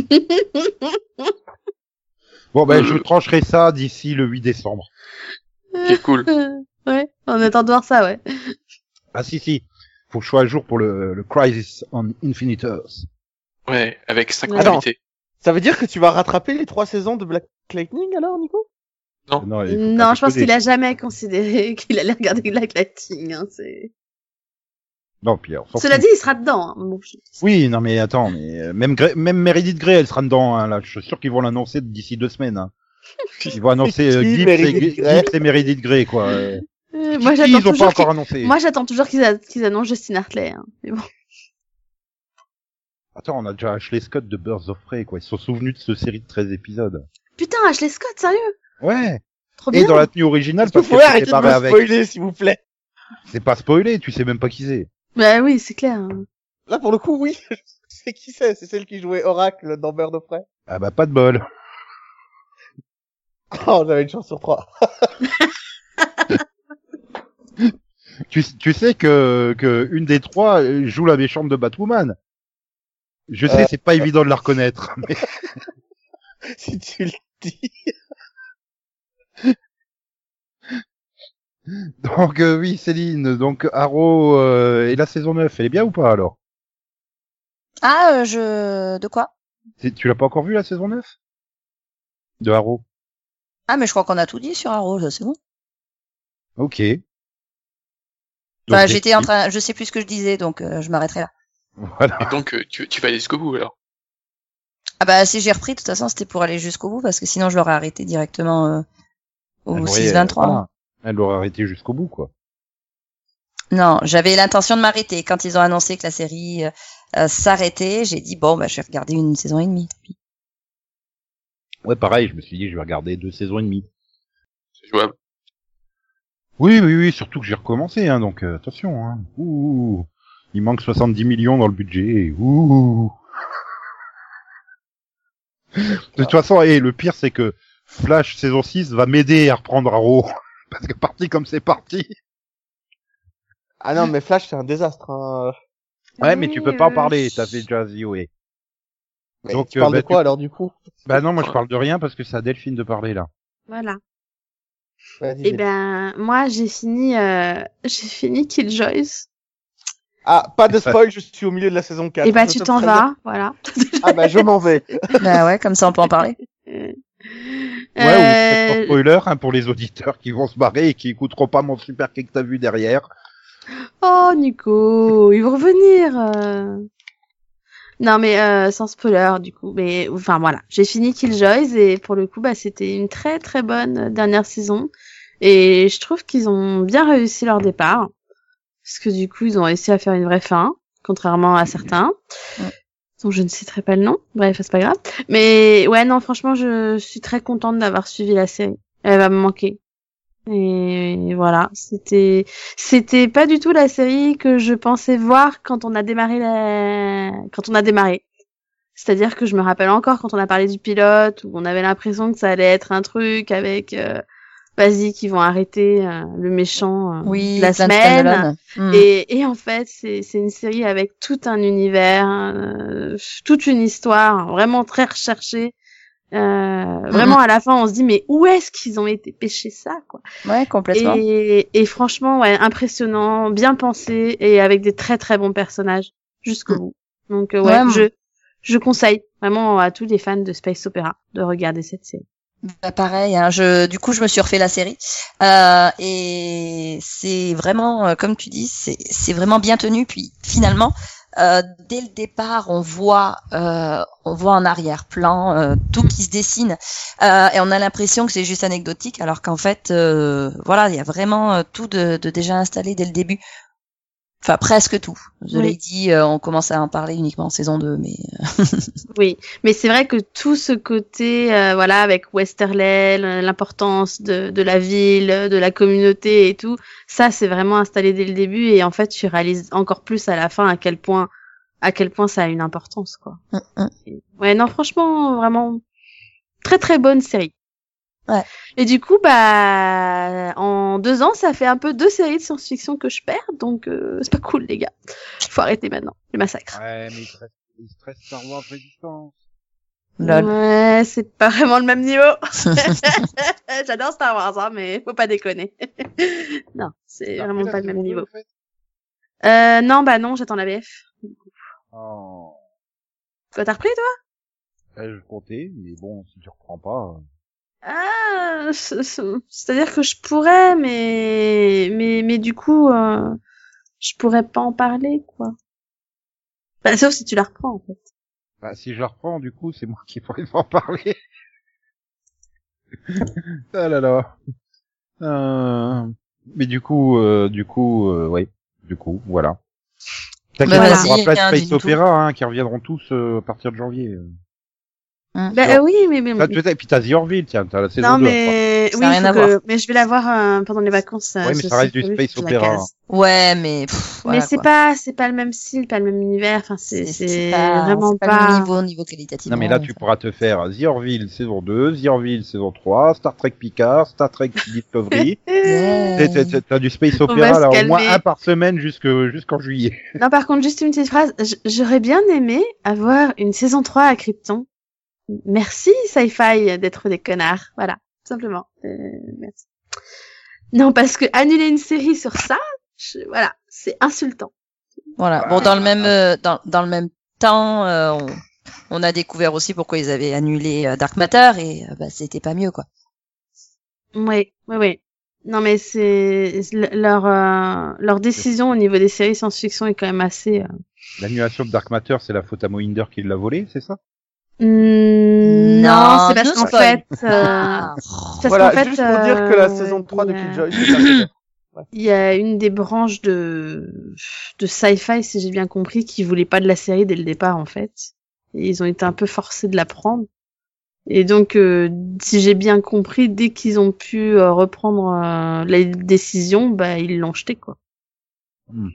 Speaker 3: Bon, ben, je trancherai ça d'ici le huit décembre.
Speaker 5: Ok, cool.
Speaker 4: Ouais, on attend de voir ça, ouais.
Speaker 3: Ah si si, faut que je sois à jour pour le, le Crisis on Infinite Earths.
Speaker 5: Ouais, avec cinq
Speaker 4: Attends.
Speaker 5: invités.
Speaker 6: Ça veut dire que tu vas rattraper les trois saisons de Black Lightning alors, Nico?
Speaker 5: Non.
Speaker 3: Non, il faut
Speaker 4: Non,
Speaker 3: pas
Speaker 4: je pense
Speaker 3: déconner.
Speaker 4: qu'il a jamais considéré qu'il allait regarder Black Lightning, hein, c'est...
Speaker 3: Non, puis on s'en
Speaker 4: Cela
Speaker 3: fout.
Speaker 4: dit, il sera dedans, hein. Bon, je-
Speaker 3: Oui, non mais attends, mais euh, même Grey- même Meredith Grey, elle sera dedans. Hein, là, je suis sûr qu'ils vont l'annoncer d'ici deux semaines. Hein. Ils vont annoncer euh,
Speaker 6: Qui,
Speaker 3: Gibbs, et,
Speaker 6: Meredith Grey
Speaker 3: Gibbs et Meredith Grey, quoi. Euh,
Speaker 4: Euh, moi,
Speaker 3: qui,
Speaker 4: j'attends
Speaker 3: ils ont pas
Speaker 4: toujours
Speaker 3: encore
Speaker 4: qu'ils...
Speaker 3: annoncé.
Speaker 4: Moi, j'attends toujours qu'ils, a- qu'ils annoncent Justin Hartley, hein. Mais bon.
Speaker 3: Attends, on a déjà Ashley Scott de Birds of Prey, quoi. Ils se sont souvenus de ce série de treize épisodes.
Speaker 4: Putain, Ashley Scott, sérieux?
Speaker 3: Ouais.
Speaker 4: Trop
Speaker 3: Et
Speaker 4: bien.
Speaker 3: dans la tenue originale,
Speaker 6: Est-ce que
Speaker 3: parce
Speaker 6: vous pouvez
Speaker 3: qu'elle
Speaker 6: arrêter
Speaker 3: s'est
Speaker 6: de me
Speaker 3: barrée avec.
Speaker 6: spoiler, s'il vous plaît?
Speaker 3: C'est pas spoilé, tu sais même pas qui c'est.
Speaker 4: Bah oui, c'est clair. hein.
Speaker 6: Là, pour le coup, oui. C'est qui c'est? C'est celle qui jouait Oracle dans Bird of Prey.
Speaker 3: Ah bah pas de bol.
Speaker 6: Oh, j'avais une chance sur trois.
Speaker 3: Tu, tu sais que, que une des trois joue la méchante de Batwoman. Je sais,
Speaker 6: Euh,
Speaker 3: c'est pas évident de la reconnaître. Mais...
Speaker 6: Si tu le dis.
Speaker 3: Donc euh, oui, Céline, donc Arrow euh, et la saison neuf, elle est bien ou pas alors?
Speaker 7: Ah, euh, je... De quoi?
Speaker 3: C'est- Tu l'as pas encore vu la saison neuf de Arrow?
Speaker 7: Ah, mais je crois qu'on a tout dit sur Arrow, ça, c'est bon.
Speaker 3: Ok.
Speaker 7: Bah,
Speaker 3: Donc,
Speaker 7: j'étais en train... Je sais plus ce que je disais, donc euh, je m'arrêterai là.
Speaker 3: Voilà.
Speaker 5: Et donc, euh, tu, tu vas aller jusqu'au bout, alors.
Speaker 7: Ah bah, si j'ai repris, de toute façon, c'était pour aller jusqu'au bout, parce que sinon, je l'aurais arrêté directement euh,
Speaker 3: Elle
Speaker 7: au
Speaker 3: aurait-
Speaker 7: six vingt-trois.
Speaker 3: voilà. Elle l'aurait arrêté jusqu'au bout, quoi.
Speaker 7: Non, j'avais l'intention de m'arrêter. Quand ils ont annoncé que la série euh, euh, s'arrêtait, j'ai dit, bon, bah, je vais regarder une saison et demie. tant pis.
Speaker 3: Ouais, pareil, je me suis dit, je vais regarder deux saisons et demie.
Speaker 5: C'est jouable.
Speaker 3: Oui, oui, oui, surtout que j'ai recommencé, hein, donc euh, attention, hein. Ouh, il manque soixante-dix millions dans le budget. Ouh. De toute façon, et le pire, c'est que Flash saison six va m'aider à reprendre Arrow. Parce que parti comme c'est parti.
Speaker 6: Ah non, mais Flash, c'est un désastre, hein.
Speaker 3: Ouais, mais tu peux pas en
Speaker 4: euh,
Speaker 3: parler, t'as fait déjà The O A.
Speaker 6: Mais
Speaker 3: Donc,
Speaker 6: tu
Speaker 3: euh,
Speaker 6: parles
Speaker 3: bah,
Speaker 6: de quoi,
Speaker 3: tu-
Speaker 6: alors, du coup?
Speaker 3: Bah non, moi je parle de rien parce que c'est à Delphine de parler là.
Speaker 4: Voilà.
Speaker 6: Vas-y,
Speaker 4: Et
Speaker 6: dis.
Speaker 4: ben, moi, j'ai fini, euh, j'ai fini Killjoys.
Speaker 6: Ah, pas de spoil, je suis au milieu de la saison quatre.
Speaker 4: Et bah,
Speaker 6: Je
Speaker 4: tu
Speaker 6: te
Speaker 4: t'en
Speaker 6: préviens.
Speaker 4: vas, voilà.
Speaker 6: Ah bah, je m'en vais.
Speaker 7: Bah ouais, comme ça, on peut en parler.
Speaker 4: Euh,
Speaker 3: Ouais, ou
Speaker 4: euh,
Speaker 3: peut-être spoiler hein, pour les auditeurs qui vont se barrer et qui écouteront pas mon super kick que t'as vu derrière.
Speaker 4: Oh, Nico, ils vont revenir. euh. Non, mais euh, sans spoiler, du coup. Mais enfin voilà, j'ai fini Killjoys et pour le coup, bah c'était une très très bonne euh, dernière saison. Et je trouve qu'ils ont bien réussi leur départ, parce que du coup, ils ont réussi à faire une vraie fin, contrairement à certains.
Speaker 7: Ouais.
Speaker 4: dont je ne citerai pas le nom. Bref, c'est pas grave. Mais ouais, non, franchement, je suis très contente d'avoir suivi la série. Elle va me manquer. Et voilà, c'était c'était pas du tout la série que je pensais voir quand on a démarré la quand on a démarré. C'est-à-dire que je me rappelle encore quand on a parlé du pilote où on avait l'impression que ça allait être un truc avec euh, vas-y qui vont arrêter euh, le méchant euh,
Speaker 7: Oui,
Speaker 4: la
Speaker 7: Clint
Speaker 4: semaine.
Speaker 7: Scanlon. Mm.
Speaker 4: Et, et en fait, c'est, c'est une série avec tout un univers, euh, toute une histoire, vraiment très recherchée. Euh, vraiment, à la fin, on se dit, mais où est-ce qu'ils ont été pêcher ça, quoi.
Speaker 7: Ouais, complètement.
Speaker 4: Et, et franchement, ouais, impressionnant, bien pensé, et avec des très très bons personnages jusqu'au
Speaker 7: Mm.
Speaker 4: bout. Donc, euh, ouais,
Speaker 7: Ouais,
Speaker 4: je, je conseille vraiment à tous les fans de space opera de regarder cette série.
Speaker 7: Bah, pareil, hein, je, du coup, je me suis refait la série euh, et c'est vraiment, euh, comme tu dis, c'est, c'est vraiment bien tenu. Puis finalement, euh, dès le départ, on voit, euh, on voit en arrière-plan euh, tout qui se dessine euh, et on a l'impression que c'est juste anecdotique, alors qu'en fait, euh, voilà, il y a vraiment euh, tout de, de déjà installé dès le début. Enfin, presque tout. Je
Speaker 4: Oui.
Speaker 7: l'ai dit, euh, on commence à en parler uniquement en saison deux, mais...
Speaker 4: Oui, mais c'est vrai que tout ce côté, euh, voilà, avec Westerley, l'importance de, de la ville, de la communauté et tout, ça c'est vraiment installé dès le début et en fait tu réalises encore plus à la fin à quel point, à quel point ça a une importance, quoi.
Speaker 7: Mm, mm.
Speaker 4: Et- ouais, non, franchement, vraiment très très bonne série.
Speaker 7: Ouais.
Speaker 4: Et du coup, bah, en deux ans, ça fait un peu deux séries de science-fiction que je perds, donc euh, c'est pas cool, les gars. Faut arrêter maintenant, le massacre.
Speaker 3: Ouais, mais il te reste, il te reste Star Wars Résistance.
Speaker 7: Lol.
Speaker 4: Ouais, c'est pas vraiment le même niveau. J'adore Star Wars, hein, mais faut pas déconner. Non, c'est
Speaker 3: T'as
Speaker 4: vraiment
Speaker 3: repris la
Speaker 4: pas le même
Speaker 3: saison deux,
Speaker 4: niveau.
Speaker 3: en fait
Speaker 4: Euh, non, bah non, j'attends la V F.
Speaker 3: Oh.
Speaker 4: Quoi, t'as repris, toi?
Speaker 3: Euh, je comptais, mais bon, si tu reprends pas... euh,
Speaker 4: Ah, c'est- c'est- c'est-à-dire que je pourrais, mais, mais, mais du coup, euh, je pourrais pas en parler, quoi. Bah, sauf si tu la reprends, en fait.
Speaker 3: Bah, si je la reprends, du coup, c'est moi qui pourrais en parler. Ah là là. Euh... Mais du coup, euh, du coup, euh, ouais. Du coup, voilà. T'inquiète,
Speaker 7: Bah,
Speaker 3: on
Speaker 7: vas-y,
Speaker 3: aura plein de
Speaker 7: hein,
Speaker 3: Space
Speaker 7: dis-nous tout.
Speaker 3: Opera, hein, qui reviendront tous euh, à partir de janvier.
Speaker 7: Hum.
Speaker 4: Bah, euh, oui, mais, mais,
Speaker 3: Là, tu sais, et puis t'as The Orville, tiens, t'as la saison
Speaker 4: non,
Speaker 3: deux.
Speaker 4: mais,
Speaker 7: Ça
Speaker 4: oui,
Speaker 7: a rien
Speaker 4: faut
Speaker 7: à
Speaker 4: que,
Speaker 7: voir.
Speaker 4: mais je vais la voir, euh, pendant les vacances.
Speaker 3: Ouais, mais
Speaker 4: je
Speaker 3: ça
Speaker 4: sais
Speaker 3: reste du
Speaker 4: que oui,
Speaker 3: space
Speaker 4: faut que je la
Speaker 3: opéra.
Speaker 4: case.
Speaker 7: Ouais, mais pff, voilà,
Speaker 4: mais c'est
Speaker 7: quoi.
Speaker 4: pas, c'est pas le même style, pas le même univers, enfin, c'est,
Speaker 7: C'est-
Speaker 4: c'est,
Speaker 7: c'est pas,
Speaker 4: vraiment
Speaker 7: c'est pas,
Speaker 4: pas,
Speaker 7: le niveau, niveau qualitatif.
Speaker 3: Non, mais là, tu pourras te faire The Orville saison deux, The Orville saison trois, Star Trek Picard, Star Trek Discovery.
Speaker 7: Yeah.
Speaker 3: T'as- t'as- t'as- T'as du space
Speaker 4: On va
Speaker 3: opéra,
Speaker 4: se
Speaker 3: là, au moins
Speaker 4: calmer.
Speaker 3: un par semaine jusque, jusqu'en juillet.
Speaker 4: Non, par contre, juste une petite phrase. J- J'aurais bien aimé avoir une saison trois à Krypton. Merci, Sci-Fi, d'être des connards. Voilà, tout simplement. Euh, merci. Non, parce que annuler une série sur ça, je- voilà, c'est insultant.
Speaker 7: Voilà. Bon, dans le même, euh, dans, dans le même temps, euh, on, on a découvert aussi pourquoi ils avaient annulé euh, Dark Matter et euh, bah, c'était pas mieux, quoi.
Speaker 4: Oui, oui, oui. Non, mais c'est le- leur euh, leur décision au niveau des séries science-fiction est quand même assez. Euh...
Speaker 3: L'annulation de Dark Matter, c'est la faute à Mohinder qui l'a volé, c'est ça?
Speaker 4: hmm,
Speaker 7: Non,
Speaker 4: non, c'est parce
Speaker 7: nous
Speaker 4: qu'en
Speaker 7: spoil.
Speaker 4: fait, euh,
Speaker 7: Ah.
Speaker 4: c'est parce
Speaker 6: Voilà,
Speaker 4: qu'en fait,
Speaker 6: juste pour dire que la
Speaker 4: euh,
Speaker 6: saison trois de
Speaker 4: il y a-
Speaker 6: Killjoy, c'est pas bien.
Speaker 4: Il y a une des branches de de Sci-Fi, si j'ai bien compris, qui voulait pas de la série dès le départ en fait. Et ils ont été un peu forcés de la prendre. Et donc, euh, si j'ai bien compris, dès qu'ils ont pu euh, reprendre euh, la décision, bah ils l'ont jeté quoi.
Speaker 3: Mhm.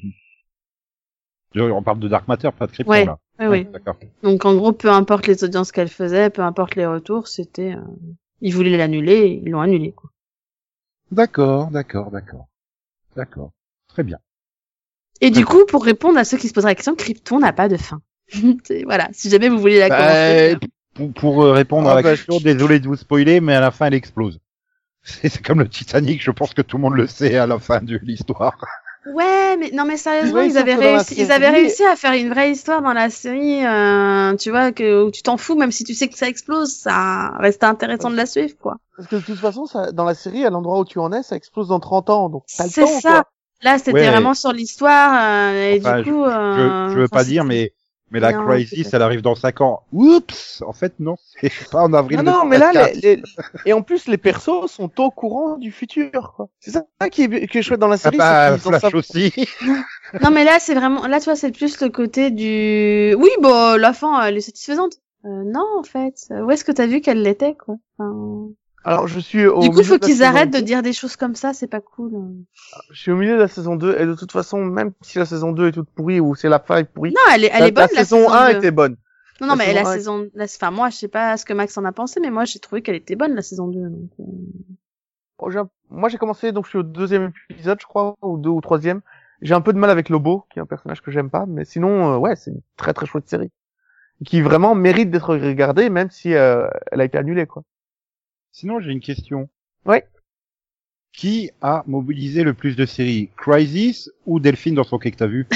Speaker 3: On parle de Dark Matter, pas de Krypton,
Speaker 4: Ouais,
Speaker 3: là.
Speaker 4: ouais, ouais.
Speaker 3: D'accord.
Speaker 4: Donc en gros, peu importe les audiences qu'elle faisait, peu importe les retours, c'était, euh, ils voulaient l'annuler, ils l'ont annulé quoi.
Speaker 3: D'accord, d'accord, d'accord. D'accord. Très bien.
Speaker 4: Et du coup, pour répondre à ceux qui se poseraient la question, Krypton n'a pas de fin. C'est- voilà, si jamais vous voulez la
Speaker 3: Bah,
Speaker 4: commencer.
Speaker 3: pour, pour euh, répondre
Speaker 6: Ah,
Speaker 3: à la
Speaker 6: bah,
Speaker 3: question, désolé de vous spoiler, mais à la fin, elle explose. C'est c'est comme le Titanic, je pense que tout le monde le sait à la fin de l'histoire.
Speaker 4: Ouais, mais non, mais sérieusement,
Speaker 6: Oui,
Speaker 4: ils
Speaker 6: sauf
Speaker 4: avaient
Speaker 6: que dans la
Speaker 4: réussi, ils avaient
Speaker 6: série-
Speaker 4: réussi à faire une vraie histoire dans la série, euh, tu vois, que où tu t'en fous, même si tu sais que ça explose, ça reste intéressant de la suivre, quoi.
Speaker 6: Parce que de toute façon, ça, dans la série, à l'endroit où tu en es, ça explose dans trente ans, donc t'as le
Speaker 4: C'est
Speaker 6: temps,
Speaker 4: ça.
Speaker 6: quoi.
Speaker 4: Là, c'était
Speaker 3: Ouais.
Speaker 4: vraiment sur l'histoire, euh, et
Speaker 3: Enfin,
Speaker 4: du coup,
Speaker 3: je,
Speaker 4: euh,
Speaker 3: je, je veux
Speaker 4: enfin,
Speaker 3: pas dire,
Speaker 4: c'était-
Speaker 3: mais, mais la
Speaker 4: Non,
Speaker 3: crisis,
Speaker 4: peut-être.
Speaker 3: elle arrive dans cinq ans. Oups! En fait, non, c'est pas en avril
Speaker 6: Non, non,
Speaker 3: deux
Speaker 6: mais
Speaker 3: mille
Speaker 6: là,
Speaker 3: vingt-quatre.
Speaker 6: les, les- et en plus, les persos sont au courant du futur, quoi. C'est ça qui est, qui est chouette dans la
Speaker 3: Ah
Speaker 6: série,
Speaker 3: bah,
Speaker 6: c'est qu'ils en
Speaker 3: Flash
Speaker 6: savent.
Speaker 3: aussi.
Speaker 4: Non, mais là, c'est vraiment, là, tu vois, c'est plus le côté du, oui, bon, la fin, elle est satisfaisante. Euh, non, en fait. Où est-ce que t'as vu qu'elle l'était, quoi? Enfin...
Speaker 6: Alors, je suis au
Speaker 4: Du coup,
Speaker 6: milieu
Speaker 4: faut
Speaker 6: de la
Speaker 4: qu'ils
Speaker 6: saison
Speaker 4: arrêtent de
Speaker 6: deux.
Speaker 4: dire des choses comme ça, c'est pas cool.
Speaker 6: Je suis au milieu de la saison deux, et de toute façon, même si la saison deux est toute pourrie, ou c'est la fin est pourrie,
Speaker 4: Non, elle est, elle
Speaker 6: la,
Speaker 4: est bonne,
Speaker 6: la saison un
Speaker 4: deux.
Speaker 6: était bonne.
Speaker 4: Non, non,
Speaker 6: la
Speaker 4: mais
Speaker 6: saison
Speaker 4: la
Speaker 6: un-
Speaker 4: saison, la, enfin, moi, je sais pas ce que Max en a pensé, mais moi, j'ai trouvé qu'elle était bonne, la saison deux, donc, euh...
Speaker 6: Bon, j'ai un- Moi, j'ai commencé, donc je suis au deuxième épisode, je crois, ou deux ou troisième. J'ai un peu de mal avec Lobo, qui est un personnage que j'aime pas, mais sinon, euh, ouais, c'est une très très chouette série. Qui vraiment mérite d'être regardée, même si euh, elle a été annulée, quoi.
Speaker 3: Sinon, j'ai une question.
Speaker 6: Ouais.
Speaker 3: Qui a mobilisé le plus de séries? Crisis ou Delphine dans son quai que t'as vu?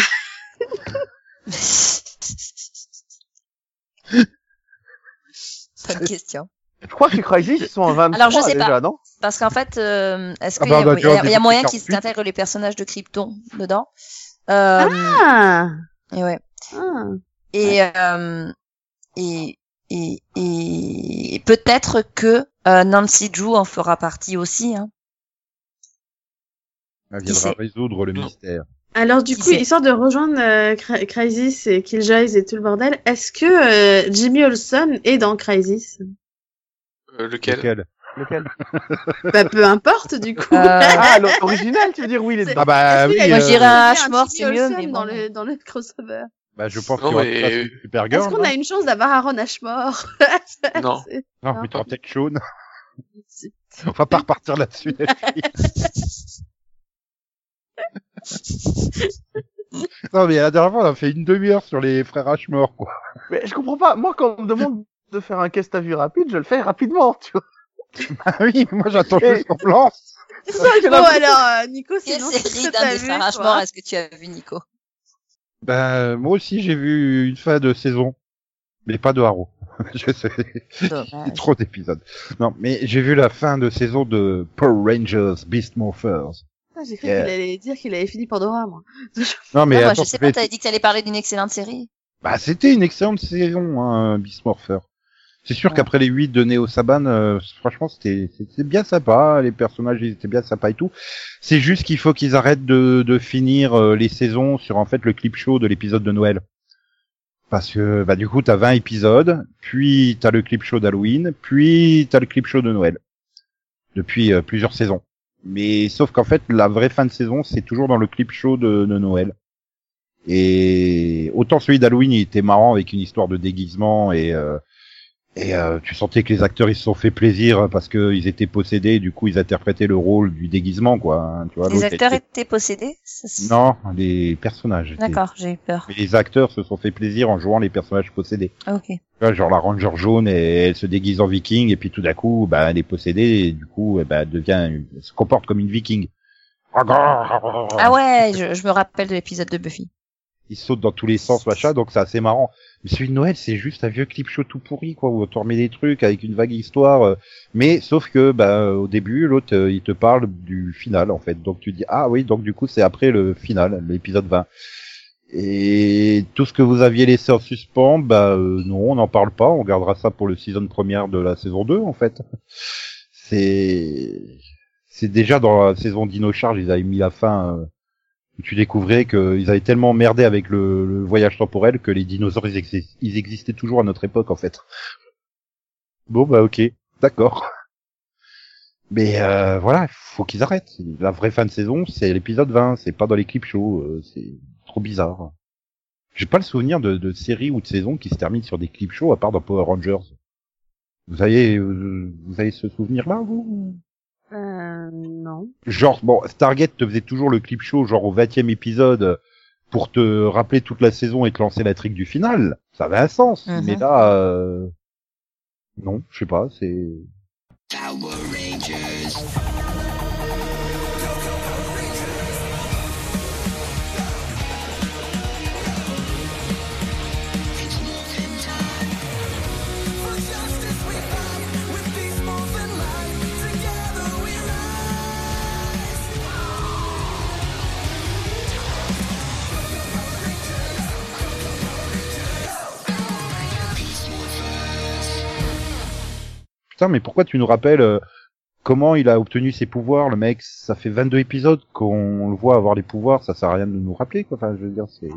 Speaker 7: Bonne question.
Speaker 6: Je crois que les Crisis, ils sont en vingt-trois
Speaker 7: Alors, je sais
Speaker 6: déjà,
Speaker 7: pas.
Speaker 6: non?
Speaker 7: Parce qu'en fait, euh, est-ce
Speaker 3: Ah
Speaker 7: qu'il
Speaker 3: bah,
Speaker 7: y,
Speaker 3: on a
Speaker 7: a-
Speaker 3: déjà
Speaker 7: il y a- il y a
Speaker 3: des
Speaker 7: moyen
Speaker 3: trucs
Speaker 7: qu'ils
Speaker 3: en
Speaker 7: s'intègrent les personnages de Krypton dedans euh,
Speaker 4: Ah!
Speaker 7: et ouais.
Speaker 4: Ah!
Speaker 7: Et, euh, et, et, et peut-être que euh, Nancy Drew en fera partie aussi. Hein.
Speaker 3: Elle
Speaker 7: Qui
Speaker 3: viendra
Speaker 7: sait
Speaker 3: résoudre le
Speaker 5: Non.
Speaker 3: mystère.
Speaker 4: Alors, du
Speaker 7: Qui
Speaker 4: coup,
Speaker 7: c'est
Speaker 4: histoire de rejoindre euh, Cra- Crisis et Killjoys et tout le bordel, est-ce que euh, Jimmy Olsen est dans Crisis?
Speaker 5: Euh, lequel?
Speaker 3: Lequel?
Speaker 6: Lequel?
Speaker 4: Bah, peu importe, du coup.
Speaker 7: Euh,
Speaker 6: Ah, l'original, tu veux dire, oui, il est
Speaker 4: C'est-
Speaker 6: dedans.
Speaker 3: Ah bah
Speaker 4: Est-ce qu'il
Speaker 3: oui,
Speaker 4: a
Speaker 7: Moi,
Speaker 3: euh,
Speaker 7: je dirais un
Speaker 4: Jimmy
Speaker 7: Ashmore, c'est mieux,
Speaker 4: Olsen
Speaker 7: mais
Speaker 4: dans
Speaker 7: bon.
Speaker 4: le, dans le crossover.
Speaker 3: bah je pense
Speaker 5: Non,
Speaker 3: qu'il y aura
Speaker 5: mais-
Speaker 3: place une Supergirl.
Speaker 4: Est-ce qu'on
Speaker 3: non
Speaker 4: a une chance d'avoir Aaron Ashmore?
Speaker 5: Non.
Speaker 4: C'est-
Speaker 3: Non,
Speaker 4: non.
Speaker 3: mais t'auras peut-être Sean.
Speaker 4: c'est-
Speaker 3: On va pas repartir là-dessus. Netflix. Non, mais la dernière fois, on a fait une demi-heure sur les frères Ashmore, quoi.
Speaker 6: Mais je comprends pas. Moi, quand on me demande de faire un qu'est-ce t'as vu rapide, je le fais rapidement, tu vois.
Speaker 3: Ah oui, moi j'attends juste qu'on me lance.
Speaker 4: Bon, alors, euh, Nico, c'est
Speaker 7: Quelle
Speaker 4: non,
Speaker 7: série
Speaker 4: t'as
Speaker 7: d'un
Speaker 4: vu,
Speaker 7: défarrage
Speaker 4: quoi.
Speaker 7: mort est-ce que tu as vu, Nico?
Speaker 3: Ben, moi aussi j'ai vu une fin de saison. Mais pas de Arrow. Je sais.
Speaker 7: Dommage.
Speaker 3: Trop d'épisodes. Non, mais j'ai vu la fin de saison de Power Rangers Beast Morphers.
Speaker 4: Ah, j'ai cru
Speaker 3: Yeah.
Speaker 4: qu'il allait dire qu'il avait fini Pandora, moi.
Speaker 3: Non, mais
Speaker 7: Non, moi,
Speaker 3: attends,
Speaker 7: je sais
Speaker 3: ça
Speaker 7: pas,
Speaker 3: fait-
Speaker 7: t'avais dit que t'allais parler d'une excellente série.
Speaker 3: bah, c'était une excellente saison, hein, Beast Morpher. C'est sûr
Speaker 7: Ouais.
Speaker 3: qu'après les huit de Neo Saban, euh, franchement, c'était, c'était bien sympa. Les personnages, ils étaient bien sympas et tout. C'est juste qu'il faut qu'ils arrêtent de, de finir euh, les saisons sur, en fait, le clip show de l'épisode de Noël. Parce que, bah, du coup, t'as vingt épisodes, puis t'as le clip show d'Halloween, puis t'as le clip show de Noël. Depuis euh, plusieurs saisons. Mais, sauf qu'en fait, la vraie fin de saison, c'est toujours dans le clip show de, de Noël. Et autant celui d'Halloween, il était marrant avec une histoire de déguisement et euh, et euh, tu sentais que les acteurs ils se sont fait plaisir parce que ils étaient possédés, et du coup ils interprétaient le rôle du déguisement, quoi. Hein, tu vois,
Speaker 7: Les
Speaker 3: l'autre
Speaker 7: acteurs
Speaker 3: était-
Speaker 7: étaient possédés? Ça, c'est-
Speaker 3: Non, les personnages. étaient-
Speaker 7: D'accord, j'ai eu peur.
Speaker 3: Mais les acteurs se sont fait plaisir en jouant les personnages possédés.
Speaker 7: Ah, ok.
Speaker 3: Tu vois, genre la Ranger jaune, et elle se déguise en viking, et puis tout d'un coup, bah, elle est possédée, et du coup, eh ben, elle devient, elle se comporte comme une viking.
Speaker 7: Ah ouais, je, je me rappelle de l'épisode de Buffy.
Speaker 3: Il saute dans tous les sens, machin, donc c'est assez marrant. Mais celui de Noël, c'est juste un vieux clip show tout pourri, quoi, où on remet des trucs avec une vague histoire. euh, Mais sauf que, bah, au début, l'autre, euh, il te parle du final, en fait. Donc tu dis, ah oui, donc du coup, c'est après le final, l'épisode vingt. Et tout ce que vous aviez laissé en suspens, bah euh, non, on n'en parle pas. On gardera ça pour le season première de la saison deux, en fait. C'est, c'est déjà dans la saison Dino Charge, ils avaient mis la fin. Euh... Tu découvrais qu'ils avaient tellement merdé avec le, le voyage temporel que les dinosaures ils, exi- ils existaient toujours à notre époque, en fait. Bon bah ok, d'accord. Mais euh, voilà, il faut qu'ils arrêtent. La vraie fin de saison, c'est l'épisode vingt, c'est pas dans les clips shows, euh, c'est trop bizarre. J'ai pas le souvenir de, de séries ou de saisons qui se terminent sur des clips shows à part dans Power Rangers. Vous avez, euh, vous avez ce souvenir-là, vous?
Speaker 4: Euh, non.
Speaker 3: Genre, bon, Stargate te faisait toujours le clip show, genre au vingtième épisode, pour te rappeler toute la saison et te lancer la trick du final. Ça avait un sens.
Speaker 7: Mhm.
Speaker 3: Mais là, euh... non, je sais pas, c'est... Putain, mais pourquoi tu nous rappelles euh, comment il a obtenu ses pouvoirs, le mec? Ça fait vingt-deux épisodes qu'on le voit avoir les pouvoirs, ça sert à rien de nous rappeler, quoi. Enfin, je veux dire, c'est...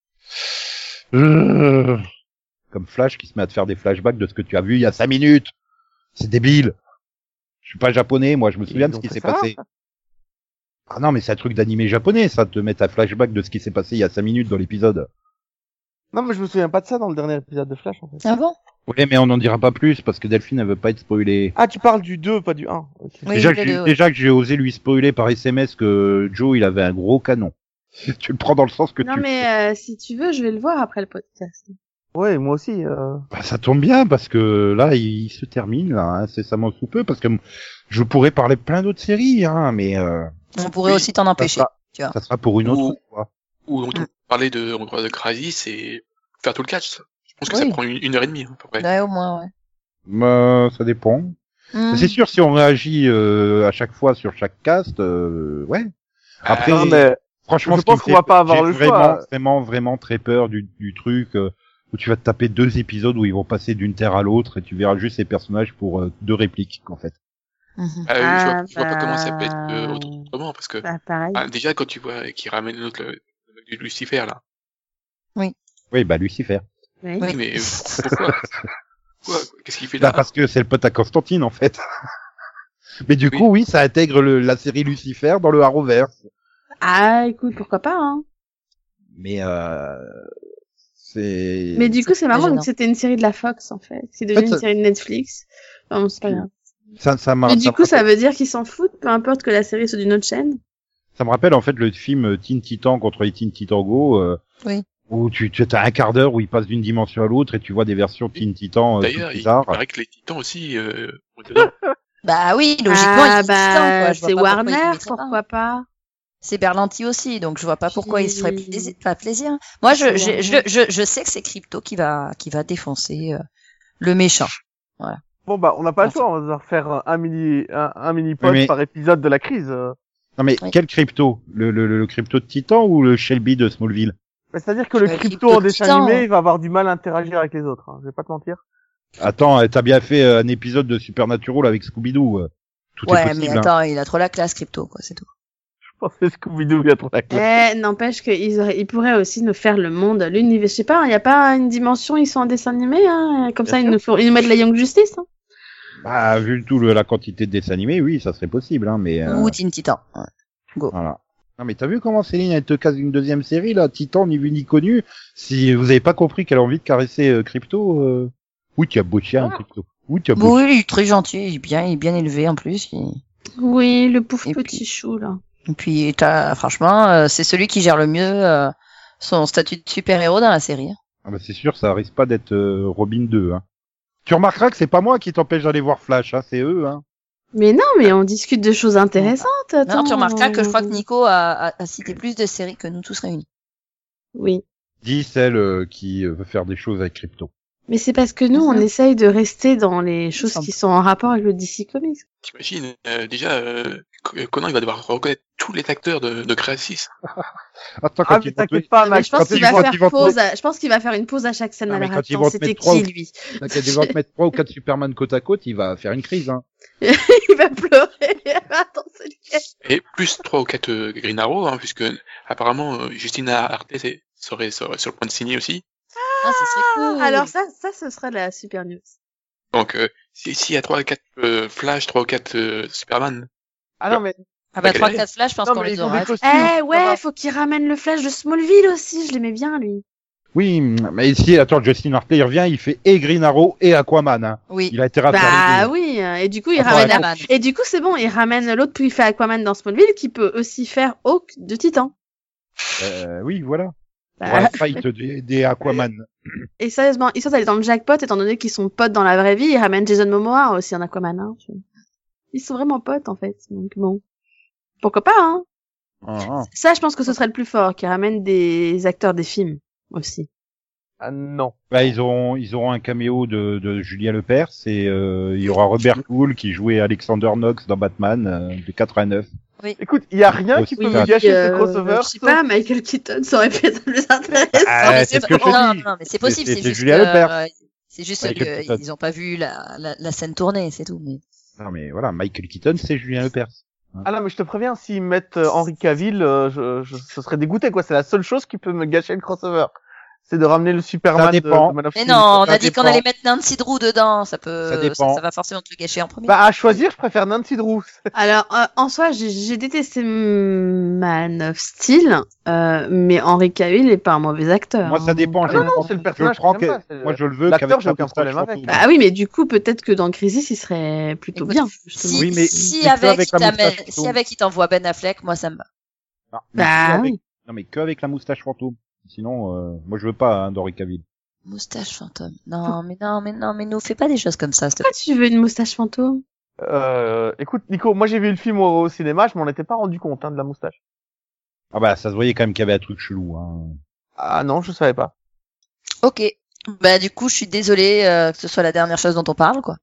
Speaker 3: Euh, Comme Flash qui se met à te faire des flashbacks de ce que tu as vu il y a cinq minutes. C'est débile. Je suis pas japonais, moi, je me souviens
Speaker 6: Ils
Speaker 3: de ce
Speaker 6: ont
Speaker 3: qui
Speaker 6: fait
Speaker 3: s'est
Speaker 6: ça
Speaker 3: passé. Ah non, mais c'est un truc d'animé japonais, ça, de te mettre un flashback de ce qui s'est passé il y a cinq minutes dans l'épisode.
Speaker 6: Non, mais je me souviens pas de ça dans le dernier épisode de Flash, en fait.
Speaker 7: Ah bon?
Speaker 3: Ouais, mais on n'en dira pas plus, parce que Delphine, elle veut pas être spoilée.
Speaker 6: Ah, tu parles du deux, pas du un. Ok.
Speaker 7: Oui,
Speaker 3: déjà,
Speaker 7: le
Speaker 3: que j'ai,
Speaker 7: deux, ouais.
Speaker 3: déjà que j'ai osé lui spoiler par S M S que Joe, il avait un gros canon. Tu le prends dans le sens que
Speaker 4: Non,
Speaker 3: tu...
Speaker 4: mais euh, si tu veux, je vais le voir après le podcast.
Speaker 6: Ouais, moi aussi. Euh...
Speaker 3: Bah, ça tombe bien, parce que là, il, il se termine, là, incessamment sous peu, parce que je pourrais parler de plein d'autres séries, hein, mais euh,
Speaker 7: On pourrait aussi t'en
Speaker 3: ça,
Speaker 7: empêcher.
Speaker 3: sera,
Speaker 7: tu vois.
Speaker 3: ça sera pour une autre
Speaker 5: Ou-
Speaker 3: fois.
Speaker 5: Ou on peut parler de, on parle de Crysis et faire tout le catch. ça. Je pense que
Speaker 7: Oui.
Speaker 5: ça prend une, une heure et demie, à peu près.
Speaker 7: Ouais, au moins, ouais.
Speaker 3: Bah, ça dépend.
Speaker 7: Hmm.
Speaker 3: C'est sûr, si on réagit euh, à chaque fois sur chaque cast, euh, ouais. Après,
Speaker 6: Non, mais
Speaker 3: franchement,
Speaker 6: je
Speaker 3: ce qui
Speaker 6: pense
Speaker 3: me
Speaker 6: qu'on
Speaker 3: fait-
Speaker 6: va pas avoir
Speaker 3: j'ai
Speaker 6: le
Speaker 3: vraiment,
Speaker 6: choix.
Speaker 3: Vraiment, vraiment très peur du, du truc euh, où tu vas te taper deux épisodes où ils vont passer d'une terre à l'autre et tu verras juste ces personnages pour euh, deux répliques, en fait.
Speaker 7: Mhm.
Speaker 5: Ah, oui, je,
Speaker 4: Ah,
Speaker 5: vois, je vois pas comment ça peut être
Speaker 4: bah,
Speaker 5: euh, autrement, parce que
Speaker 4: Bah, pareil.
Speaker 5: ah, déjà quand tu vois qu'il ramène l'autre, le, le mec du Lucifer là.
Speaker 3: Oui, bah Lucifer.
Speaker 4: Oui.
Speaker 7: Oui.
Speaker 5: Mais euh, pourquoi Pourquoi Qu'est-ce qu'il fait
Speaker 3: Bah
Speaker 5: là
Speaker 3: parce que c'est le pote à Constantine, en fait. Mais du
Speaker 5: Oui.
Speaker 3: coup, oui, ça intègre le, la série Lucifer dans le Arrowverse.
Speaker 4: Ah, écoute, pourquoi pas, hein.
Speaker 3: Mais euh, c'est.
Speaker 4: Mais du coup, c'est marrant,
Speaker 7: gênant.
Speaker 4: donc c'était une série de la Fox, en fait. C'est devenu
Speaker 3: En fait,
Speaker 4: une série de Netflix. Enfin, bon, c'est pas grave.
Speaker 3: ça, ça, m'a-
Speaker 4: Mais
Speaker 3: ça
Speaker 4: du
Speaker 3: me
Speaker 4: coup, ça
Speaker 3: rappelle-
Speaker 4: veut dire qu'ils s'en foutent, peu importe que la série soit d'une autre chaîne.
Speaker 3: ça me rappelle en fait le film Teen Titan contre les Teen Titan Go. Euh,
Speaker 7: Oui.
Speaker 3: Où tu, tu as un quart d'heure où ils passent d'une dimension à l'autre et tu vois des versions Teen Titans euh,
Speaker 5: D'ailleurs,
Speaker 3: toutes
Speaker 5: il
Speaker 3: bizarres.
Speaker 5: paraît que les titans aussi, euh, ont dedans.
Speaker 7: Bah oui, logiquement,
Speaker 4: Ah
Speaker 7: il
Speaker 4: bah
Speaker 7: quoi. Je vois
Speaker 4: c'est
Speaker 7: pas pourquoi il
Speaker 4: Warner,
Speaker 7: le mettrait pas.
Speaker 4: pourquoi pas.
Speaker 7: C'est Berlanti aussi, donc je vois pas pourquoi il se ferait
Speaker 4: Puis-
Speaker 7: plaisir, pas plaisir. Moi, je,
Speaker 4: C'est
Speaker 7: je, je,
Speaker 4: Warner.
Speaker 7: je, je sais que c'est Crypto qui va, qui va défoncer euh, le méchant.
Speaker 6: Bon bah on n'a pas le
Speaker 7: Enfin.
Speaker 6: choix, on va devoir faire un mini un, un mini pod
Speaker 3: mais-
Speaker 6: par épisode de la crise. euh.
Speaker 3: Non mais
Speaker 7: Oui.
Speaker 3: quel crypto le, le, le crypto de Titan ou le Shelby de Smallville?
Speaker 6: Bah, c'est-à-dire que le
Speaker 7: Le
Speaker 6: crypto
Speaker 7: crypto
Speaker 6: en dessin
Speaker 7: titan.
Speaker 6: animé, il va avoir du mal à interagir avec les autres. Hein. Je vais pas te mentir.
Speaker 3: Attends, t'as bien fait euh, un épisode de Supernatural avec Scooby-Doo. euh. Tout est
Speaker 7: Ouais,
Speaker 3: possible.
Speaker 7: mais
Speaker 3: hein.
Speaker 7: attends, il a trop la classe Crypto, quoi, c'est tout.
Speaker 6: Je pensais Scooby-Doo il y a trop la classe.
Speaker 4: Eh, n'empêche qu'ils auraient, ils pourraient aussi nous faire le monde, l'univers. Je sais pas, il y a pas une dimension, ils sont en dessin animé, hein. Comme
Speaker 6: Bien
Speaker 4: ça, ils
Speaker 6: sûr.
Speaker 4: nous font, ils nous mettent la Young Justice, hein.
Speaker 3: Bah, vu tout le, la quantité de dessins animés, oui, ça serait possible, hein, mais euh,
Speaker 7: Ou Teen Titan. Ouais.
Speaker 3: voilà. Non mais t'as vu comment Céline elle te casse une deuxième série là, Titan ni vu ni connu. Si vous avez pas compris qu'elle a envie de caresser euh, Crypto, euh... oui tu as beau chien Crypto. Oui tu as beau.
Speaker 7: Oui, il est très gentil, il est bien, il est bien élevé en plus. il-
Speaker 4: Oui, le pauvre
Speaker 7: Et
Speaker 4: petit
Speaker 7: puis-
Speaker 4: chou, là.
Speaker 7: Et puis, t'as, franchement, euh, c'est celui qui gère le mieux euh, son statut de super-héros dans la série.
Speaker 3: Ah bah c'est sûr, ça risque pas d'être euh, Robin deux. Hein. Tu remarqueras que c'est pas moi qui t'empêche d'aller voir Flash, hein, c'est eux. Hein.
Speaker 4: Mais non, mais on discute de choses intéressantes,
Speaker 7: Non,
Speaker 4: attends.
Speaker 7: tu remarqueras que je crois que Nico a, a, a cité plus de séries que nous tous réunis.
Speaker 4: Oui.
Speaker 3: Dis celle euh, qui euh, veut faire des choses avec Crypto.
Speaker 4: Mais c'est parce que nous, on
Speaker 7: Mhm.
Speaker 4: essaye de rester dans les choses
Speaker 7: semble.
Speaker 4: qui sont en rapport avec le D C Comics.
Speaker 5: T'imagines, euh, déjà, euh, Conan, il va devoir reconnaître tous les acteurs de, de Créasis.
Speaker 3: Attends, quand
Speaker 6: Ah
Speaker 3: ils
Speaker 6: mais
Speaker 3: vont te
Speaker 6: t'inquiète
Speaker 3: mettre-
Speaker 6: pas,
Speaker 4: Mais
Speaker 6: Max.
Speaker 4: je pense
Speaker 3: quand
Speaker 4: qu'il
Speaker 3: ils
Speaker 4: va
Speaker 3: vont-
Speaker 4: faire
Speaker 3: ils vont te
Speaker 4: pause. À... Je pense qu'il va faire une pause à chaque scène
Speaker 3: Ah,
Speaker 4: à la
Speaker 3: mais quand ils
Speaker 4: Attends,
Speaker 3: vont te
Speaker 4: c'était
Speaker 3: mettre trois
Speaker 4: qui
Speaker 3: ou-
Speaker 4: lui
Speaker 3: quand ils vont te mettre trois ou quatre Superman côte à côte, il va faire une crise. Hein.
Speaker 4: Il va pleurer. Attends, c'est lequel?
Speaker 5: Et plus trois ou quatre euh, Green Arrow, hein, puisque apparemment euh, Justina Arte c'est- serait, serait sur le point de signer aussi.
Speaker 7: Ah, ce serait cool.
Speaker 4: Alors ça, ça, ce sera la super news.
Speaker 5: Donc euh, si- s'il y a trois ou quatre euh, Flash, trois ou quatre euh, Superman,
Speaker 6: Ah non mais
Speaker 7: Ah bah,
Speaker 5: Ok.
Speaker 7: trois quatre Flash, je pense
Speaker 6: non
Speaker 7: qu'on
Speaker 6: mais
Speaker 7: les
Speaker 6: ils ont
Speaker 7: aura.
Speaker 6: des costumes.
Speaker 4: Eh
Speaker 6: ça
Speaker 4: ouais,
Speaker 6: va.
Speaker 4: faut qu'il ramène le Flash de Smallville aussi. Je l'aimais bien lui.
Speaker 3: Oui, mais ici, attends, Justin Hartley, il revient, il fait et Green Arrow et Aquaman. Hein.
Speaker 7: Oui.
Speaker 3: Il a été rattrapé.
Speaker 4: Bah oui. Et du coup, il
Speaker 3: Attends,
Speaker 4: ramène.
Speaker 3: attends.
Speaker 7: Aquaman.
Speaker 4: Et du coup, c'est bon. Il ramène l'autre puis il fait Aquaman dans Smallville, qui peut aussi faire Hawk de Titan.
Speaker 3: Euh, oui, voilà. Pour
Speaker 4: Bah,
Speaker 3: la fight des, des Aquaman.
Speaker 4: et sérieusement, ils sont allés dans le jackpot, étant donné qu'ils sont potes dans la vraie vie. Ils ramènent Jason Momoa aussi en Aquaman. Hein. Ils sont vraiment potes en fait. Donc bon, pourquoi pas hein.
Speaker 3: Ah, ah.
Speaker 4: Ça, je pense que ce serait le plus fort, qui ramène des acteurs des films aussi.
Speaker 6: Ah non.
Speaker 3: Bah, ils auront, ils auront un caméo de, de Julien Lepers et euh, il y aura Robert Poole qui jouait Alexander Knox dans Batman euh, de quatre-vingt-neuf.
Speaker 6: Écoute, il y a rien qui
Speaker 3: Oui,
Speaker 6: peut
Speaker 3: oui,
Speaker 6: me gâcher
Speaker 4: euh,
Speaker 6: ce crossover.
Speaker 4: Je sais pas, Michael Keaton, ça aurait pu être plus intéressant.
Speaker 3: Ah,
Speaker 7: mais
Speaker 3: c'est ce que je
Speaker 7: non,
Speaker 3: dis.
Speaker 7: non, mais c'est possible,
Speaker 3: C'est-
Speaker 7: c'est
Speaker 3: c'est
Speaker 7: juste
Speaker 3: Julia
Speaker 7: que,
Speaker 3: Lepers.
Speaker 7: euh, c'est juste
Speaker 3: Michael Keaton.
Speaker 7: qu'ils ont pas vu la, la, la scène tournée, c'est tout. Mais
Speaker 3: Non mais voilà, Michael Keaton, c'est Julien Lepers.
Speaker 6: Ah non mais je te préviens, s'ils mettent euh, Henry Cavill, euh, je, je, ce serait dégoûté quoi. C'est la seule chose qui peut me gâcher le crossover. C'est de ramener le Superman
Speaker 3: Ça
Speaker 6: de,
Speaker 3: dépend.
Speaker 6: de Man of
Speaker 7: Mais
Speaker 6: Steel.
Speaker 7: non, on
Speaker 3: ça
Speaker 7: a dit qu'on
Speaker 3: dépend.
Speaker 7: allait mettre Nancy Drew dedans, ça peut,
Speaker 3: Ça
Speaker 7: ça,
Speaker 3: dépend.
Speaker 7: ça va forcément te le gâcher en premier.
Speaker 6: Bah à choisir, je préfère Nancy Drew.
Speaker 4: Alors, euh, en soi, j'ai j'ai détesté Man of Steel, euh, mais Henry Cavill est pas un mauvais acteur.
Speaker 3: Moi, ça
Speaker 4: hein.
Speaker 3: dépend.
Speaker 6: Ah
Speaker 3: je
Speaker 6: non,
Speaker 3: le
Speaker 6: non,
Speaker 3: prends-
Speaker 6: c'est le
Speaker 3: je
Speaker 6: personnage
Speaker 3: le prends
Speaker 6: que j'aime
Speaker 3: que-
Speaker 6: pas, c'est-
Speaker 3: moi, je le veux
Speaker 6: l'acteur,
Speaker 3: qu'avec
Speaker 6: j'ai
Speaker 3: la
Speaker 6: aucun
Speaker 3: moustache
Speaker 6: problème avec.
Speaker 3: fantôme.
Speaker 4: Ah oui, mais du coup, peut-être que dans Crisis, il serait plutôt
Speaker 7: Écoute,
Speaker 4: bien. justement.
Speaker 7: Si,
Speaker 3: Oui, mais-
Speaker 7: si
Speaker 3: mais que
Speaker 7: avec,
Speaker 3: avec
Speaker 7: il
Speaker 3: la
Speaker 7: t'amène-
Speaker 3: moustache
Speaker 7: si
Speaker 3: fantôme.
Speaker 7: avec il t'envoie Ben Affleck, moi ça me va.
Speaker 3: Non, mais
Speaker 4: Bah
Speaker 3: que avec-
Speaker 4: oui.
Speaker 3: non mais que avec la moustache fantôme. Sinon, euh, moi je veux pas hein, d'Henry Cavill.
Speaker 7: Moustache fantôme. Non, mais non, mais non, mais nous fais pas des choses comme ça, s'il te
Speaker 4: Pourquoi tu veux une moustache fantôme?
Speaker 6: Euh, écoute Nico, moi j'ai vu le film au, au cinéma, je m'en étais pas rendu compte hein, de la moustache.
Speaker 3: Ah bah ça se voyait quand même qu'il y avait un truc chelou. Hein.
Speaker 6: Ah non, je savais pas.
Speaker 7: Ok. Bah du coup, je suis désolée euh, que ce soit la dernière chose dont on parle, quoi.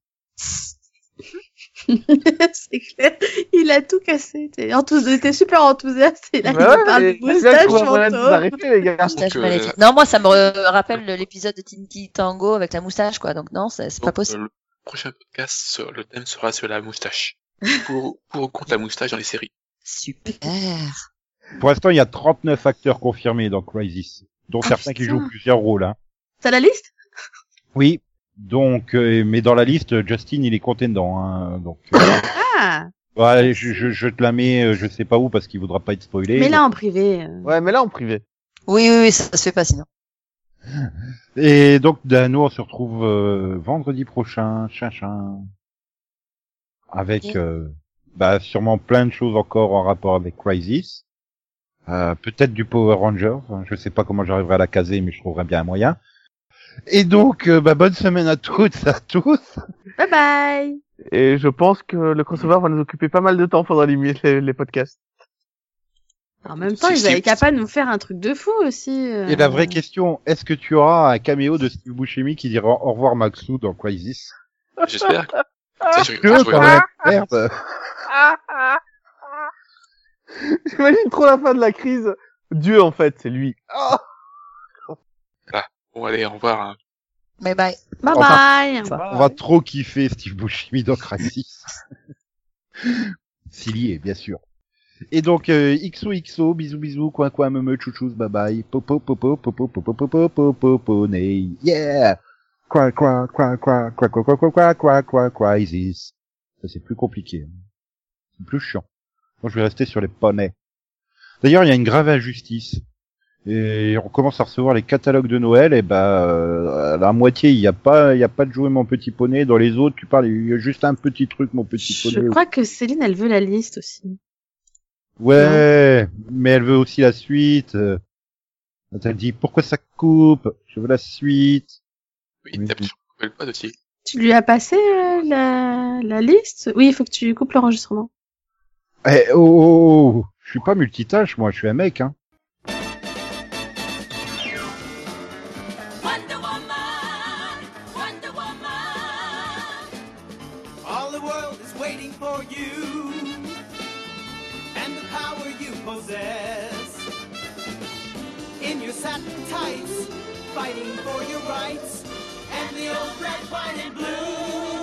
Speaker 4: C'est clair. Il a tout cassé. T'es enthousi- t'es super enthousiaste. Et là, il
Speaker 6: Ouais,
Speaker 4: nous parle
Speaker 6: mais
Speaker 4: de
Speaker 6: il y a
Speaker 4: moustache
Speaker 6: bien moyen de vous
Speaker 4: fantôme.
Speaker 6: arrêter les gars.
Speaker 7: Moustache
Speaker 5: Donc, euh,
Speaker 7: maléfique. Non, moi ça me re- rappelle l'épisode de Tinky Tango avec la moustache, quoi. Donc non, c'est c'est pas
Speaker 5: donc,
Speaker 7: possible.
Speaker 5: euh, le prochain podcast, sur- le thème sera sur la moustache. Pour, pour ou contre la moustache dans les séries.
Speaker 7: Super.
Speaker 3: Pour l'instant, il y a trente-neuf acteurs confirmés dans Crisis, dont
Speaker 4: Ah,
Speaker 3: certains qui
Speaker 4: putain.
Speaker 3: jouent plusieurs rôles. Hein.
Speaker 4: T'as la liste?
Speaker 3: Oui. Donc, euh, mais dans la liste, Justin, il est compté dedans. Hein, donc, euh,
Speaker 4: Ah!
Speaker 3: ouais, je, je, je te la mets, euh, je sais pas où parce qu'il voudra pas être spoilé.
Speaker 4: Mais là, en privé. euh.
Speaker 6: Ouais, mais là en privé.
Speaker 7: Oui, oui, oui, ça se fait pas sinon.
Speaker 3: Et donc, ben, nous, on se retrouve euh, vendredi prochain, chinchin, avec
Speaker 7: Ok.
Speaker 3: euh, bah, sûrement plein de choses encore en rapport avec Crisis. Euh, peut-être du Power Rangers. Je sais pas comment j'arriverai à la caser, mais je trouverai bien un moyen. Et donc, euh, bah, bonne semaine à toutes et à tous.
Speaker 4: Bye bye.
Speaker 6: Et je pense que le crossover va nous occuper pas mal de temps pendant les, les, les podcasts.
Speaker 4: En même temps,
Speaker 5: C'est-
Speaker 4: ils
Speaker 5: c'est-
Speaker 4: avaient capable de nous faire un truc de fou aussi. euh.
Speaker 3: Et la vraie question, est-ce que tu auras un caméo de Steve Buscemi qui dira au revoir Maxou dans Crisis?
Speaker 5: J'espère. Ça, je,
Speaker 3: Que
Speaker 5: je
Speaker 3: quand
Speaker 5: regarde.
Speaker 3: même, merde.
Speaker 6: J'imagine trop la fin de la crise. Dieu, en fait, c'est lui. Oh
Speaker 5: Bon, allez, au revoir. Hein.
Speaker 7: Bye bye.
Speaker 4: Bye
Speaker 3: Enfin,
Speaker 4: bye.
Speaker 3: On va trop kiffer Steve Buscemi dans Crisis. S'il y est, bien sûr. Et donc, euh, X O X O, bisous bisous, coin coin, me me, chouchous, bye bye, popo popo popo popo popo popo poney, yeah! Quoi quoi quoi quoi quoi quoi quoi quoi quoi quoi quoi quoi Crisis. Ça c'est plus compliqué. hein. C'est plus chiant. Moi je vais rester sur les poneys. D'ailleurs, il y a une grave injustice. Et on commence à recevoir les catalogues de Noël, et bah, euh, à la moitié, il y a pas, il y a pas de jouer mon petit poney. Dans les autres, tu parles, il y a juste un petit truc, mon petit
Speaker 4: Je
Speaker 3: poney.
Speaker 4: crois que Céline, elle veut la liste aussi.
Speaker 3: Ouais, mais elle veut aussi la suite. Euh, Elle dit, pourquoi ça coupe? Je veux la suite.
Speaker 5: Oui,
Speaker 3: Oui.
Speaker 5: tape sur Google Pod aussi.
Speaker 4: Tu lui as passé euh, la, la liste? Oui, il faut que tu coupes l'enregistrement.
Speaker 3: Eh, oh, oh, oh, je suis pas multitâche, moi, je suis un mec, hein.
Speaker 9: Wonder Woman, Wonder Woman. All the world is waiting for you and the power you possess. In your satin tights, fighting for your rights and the old red, white, and blue.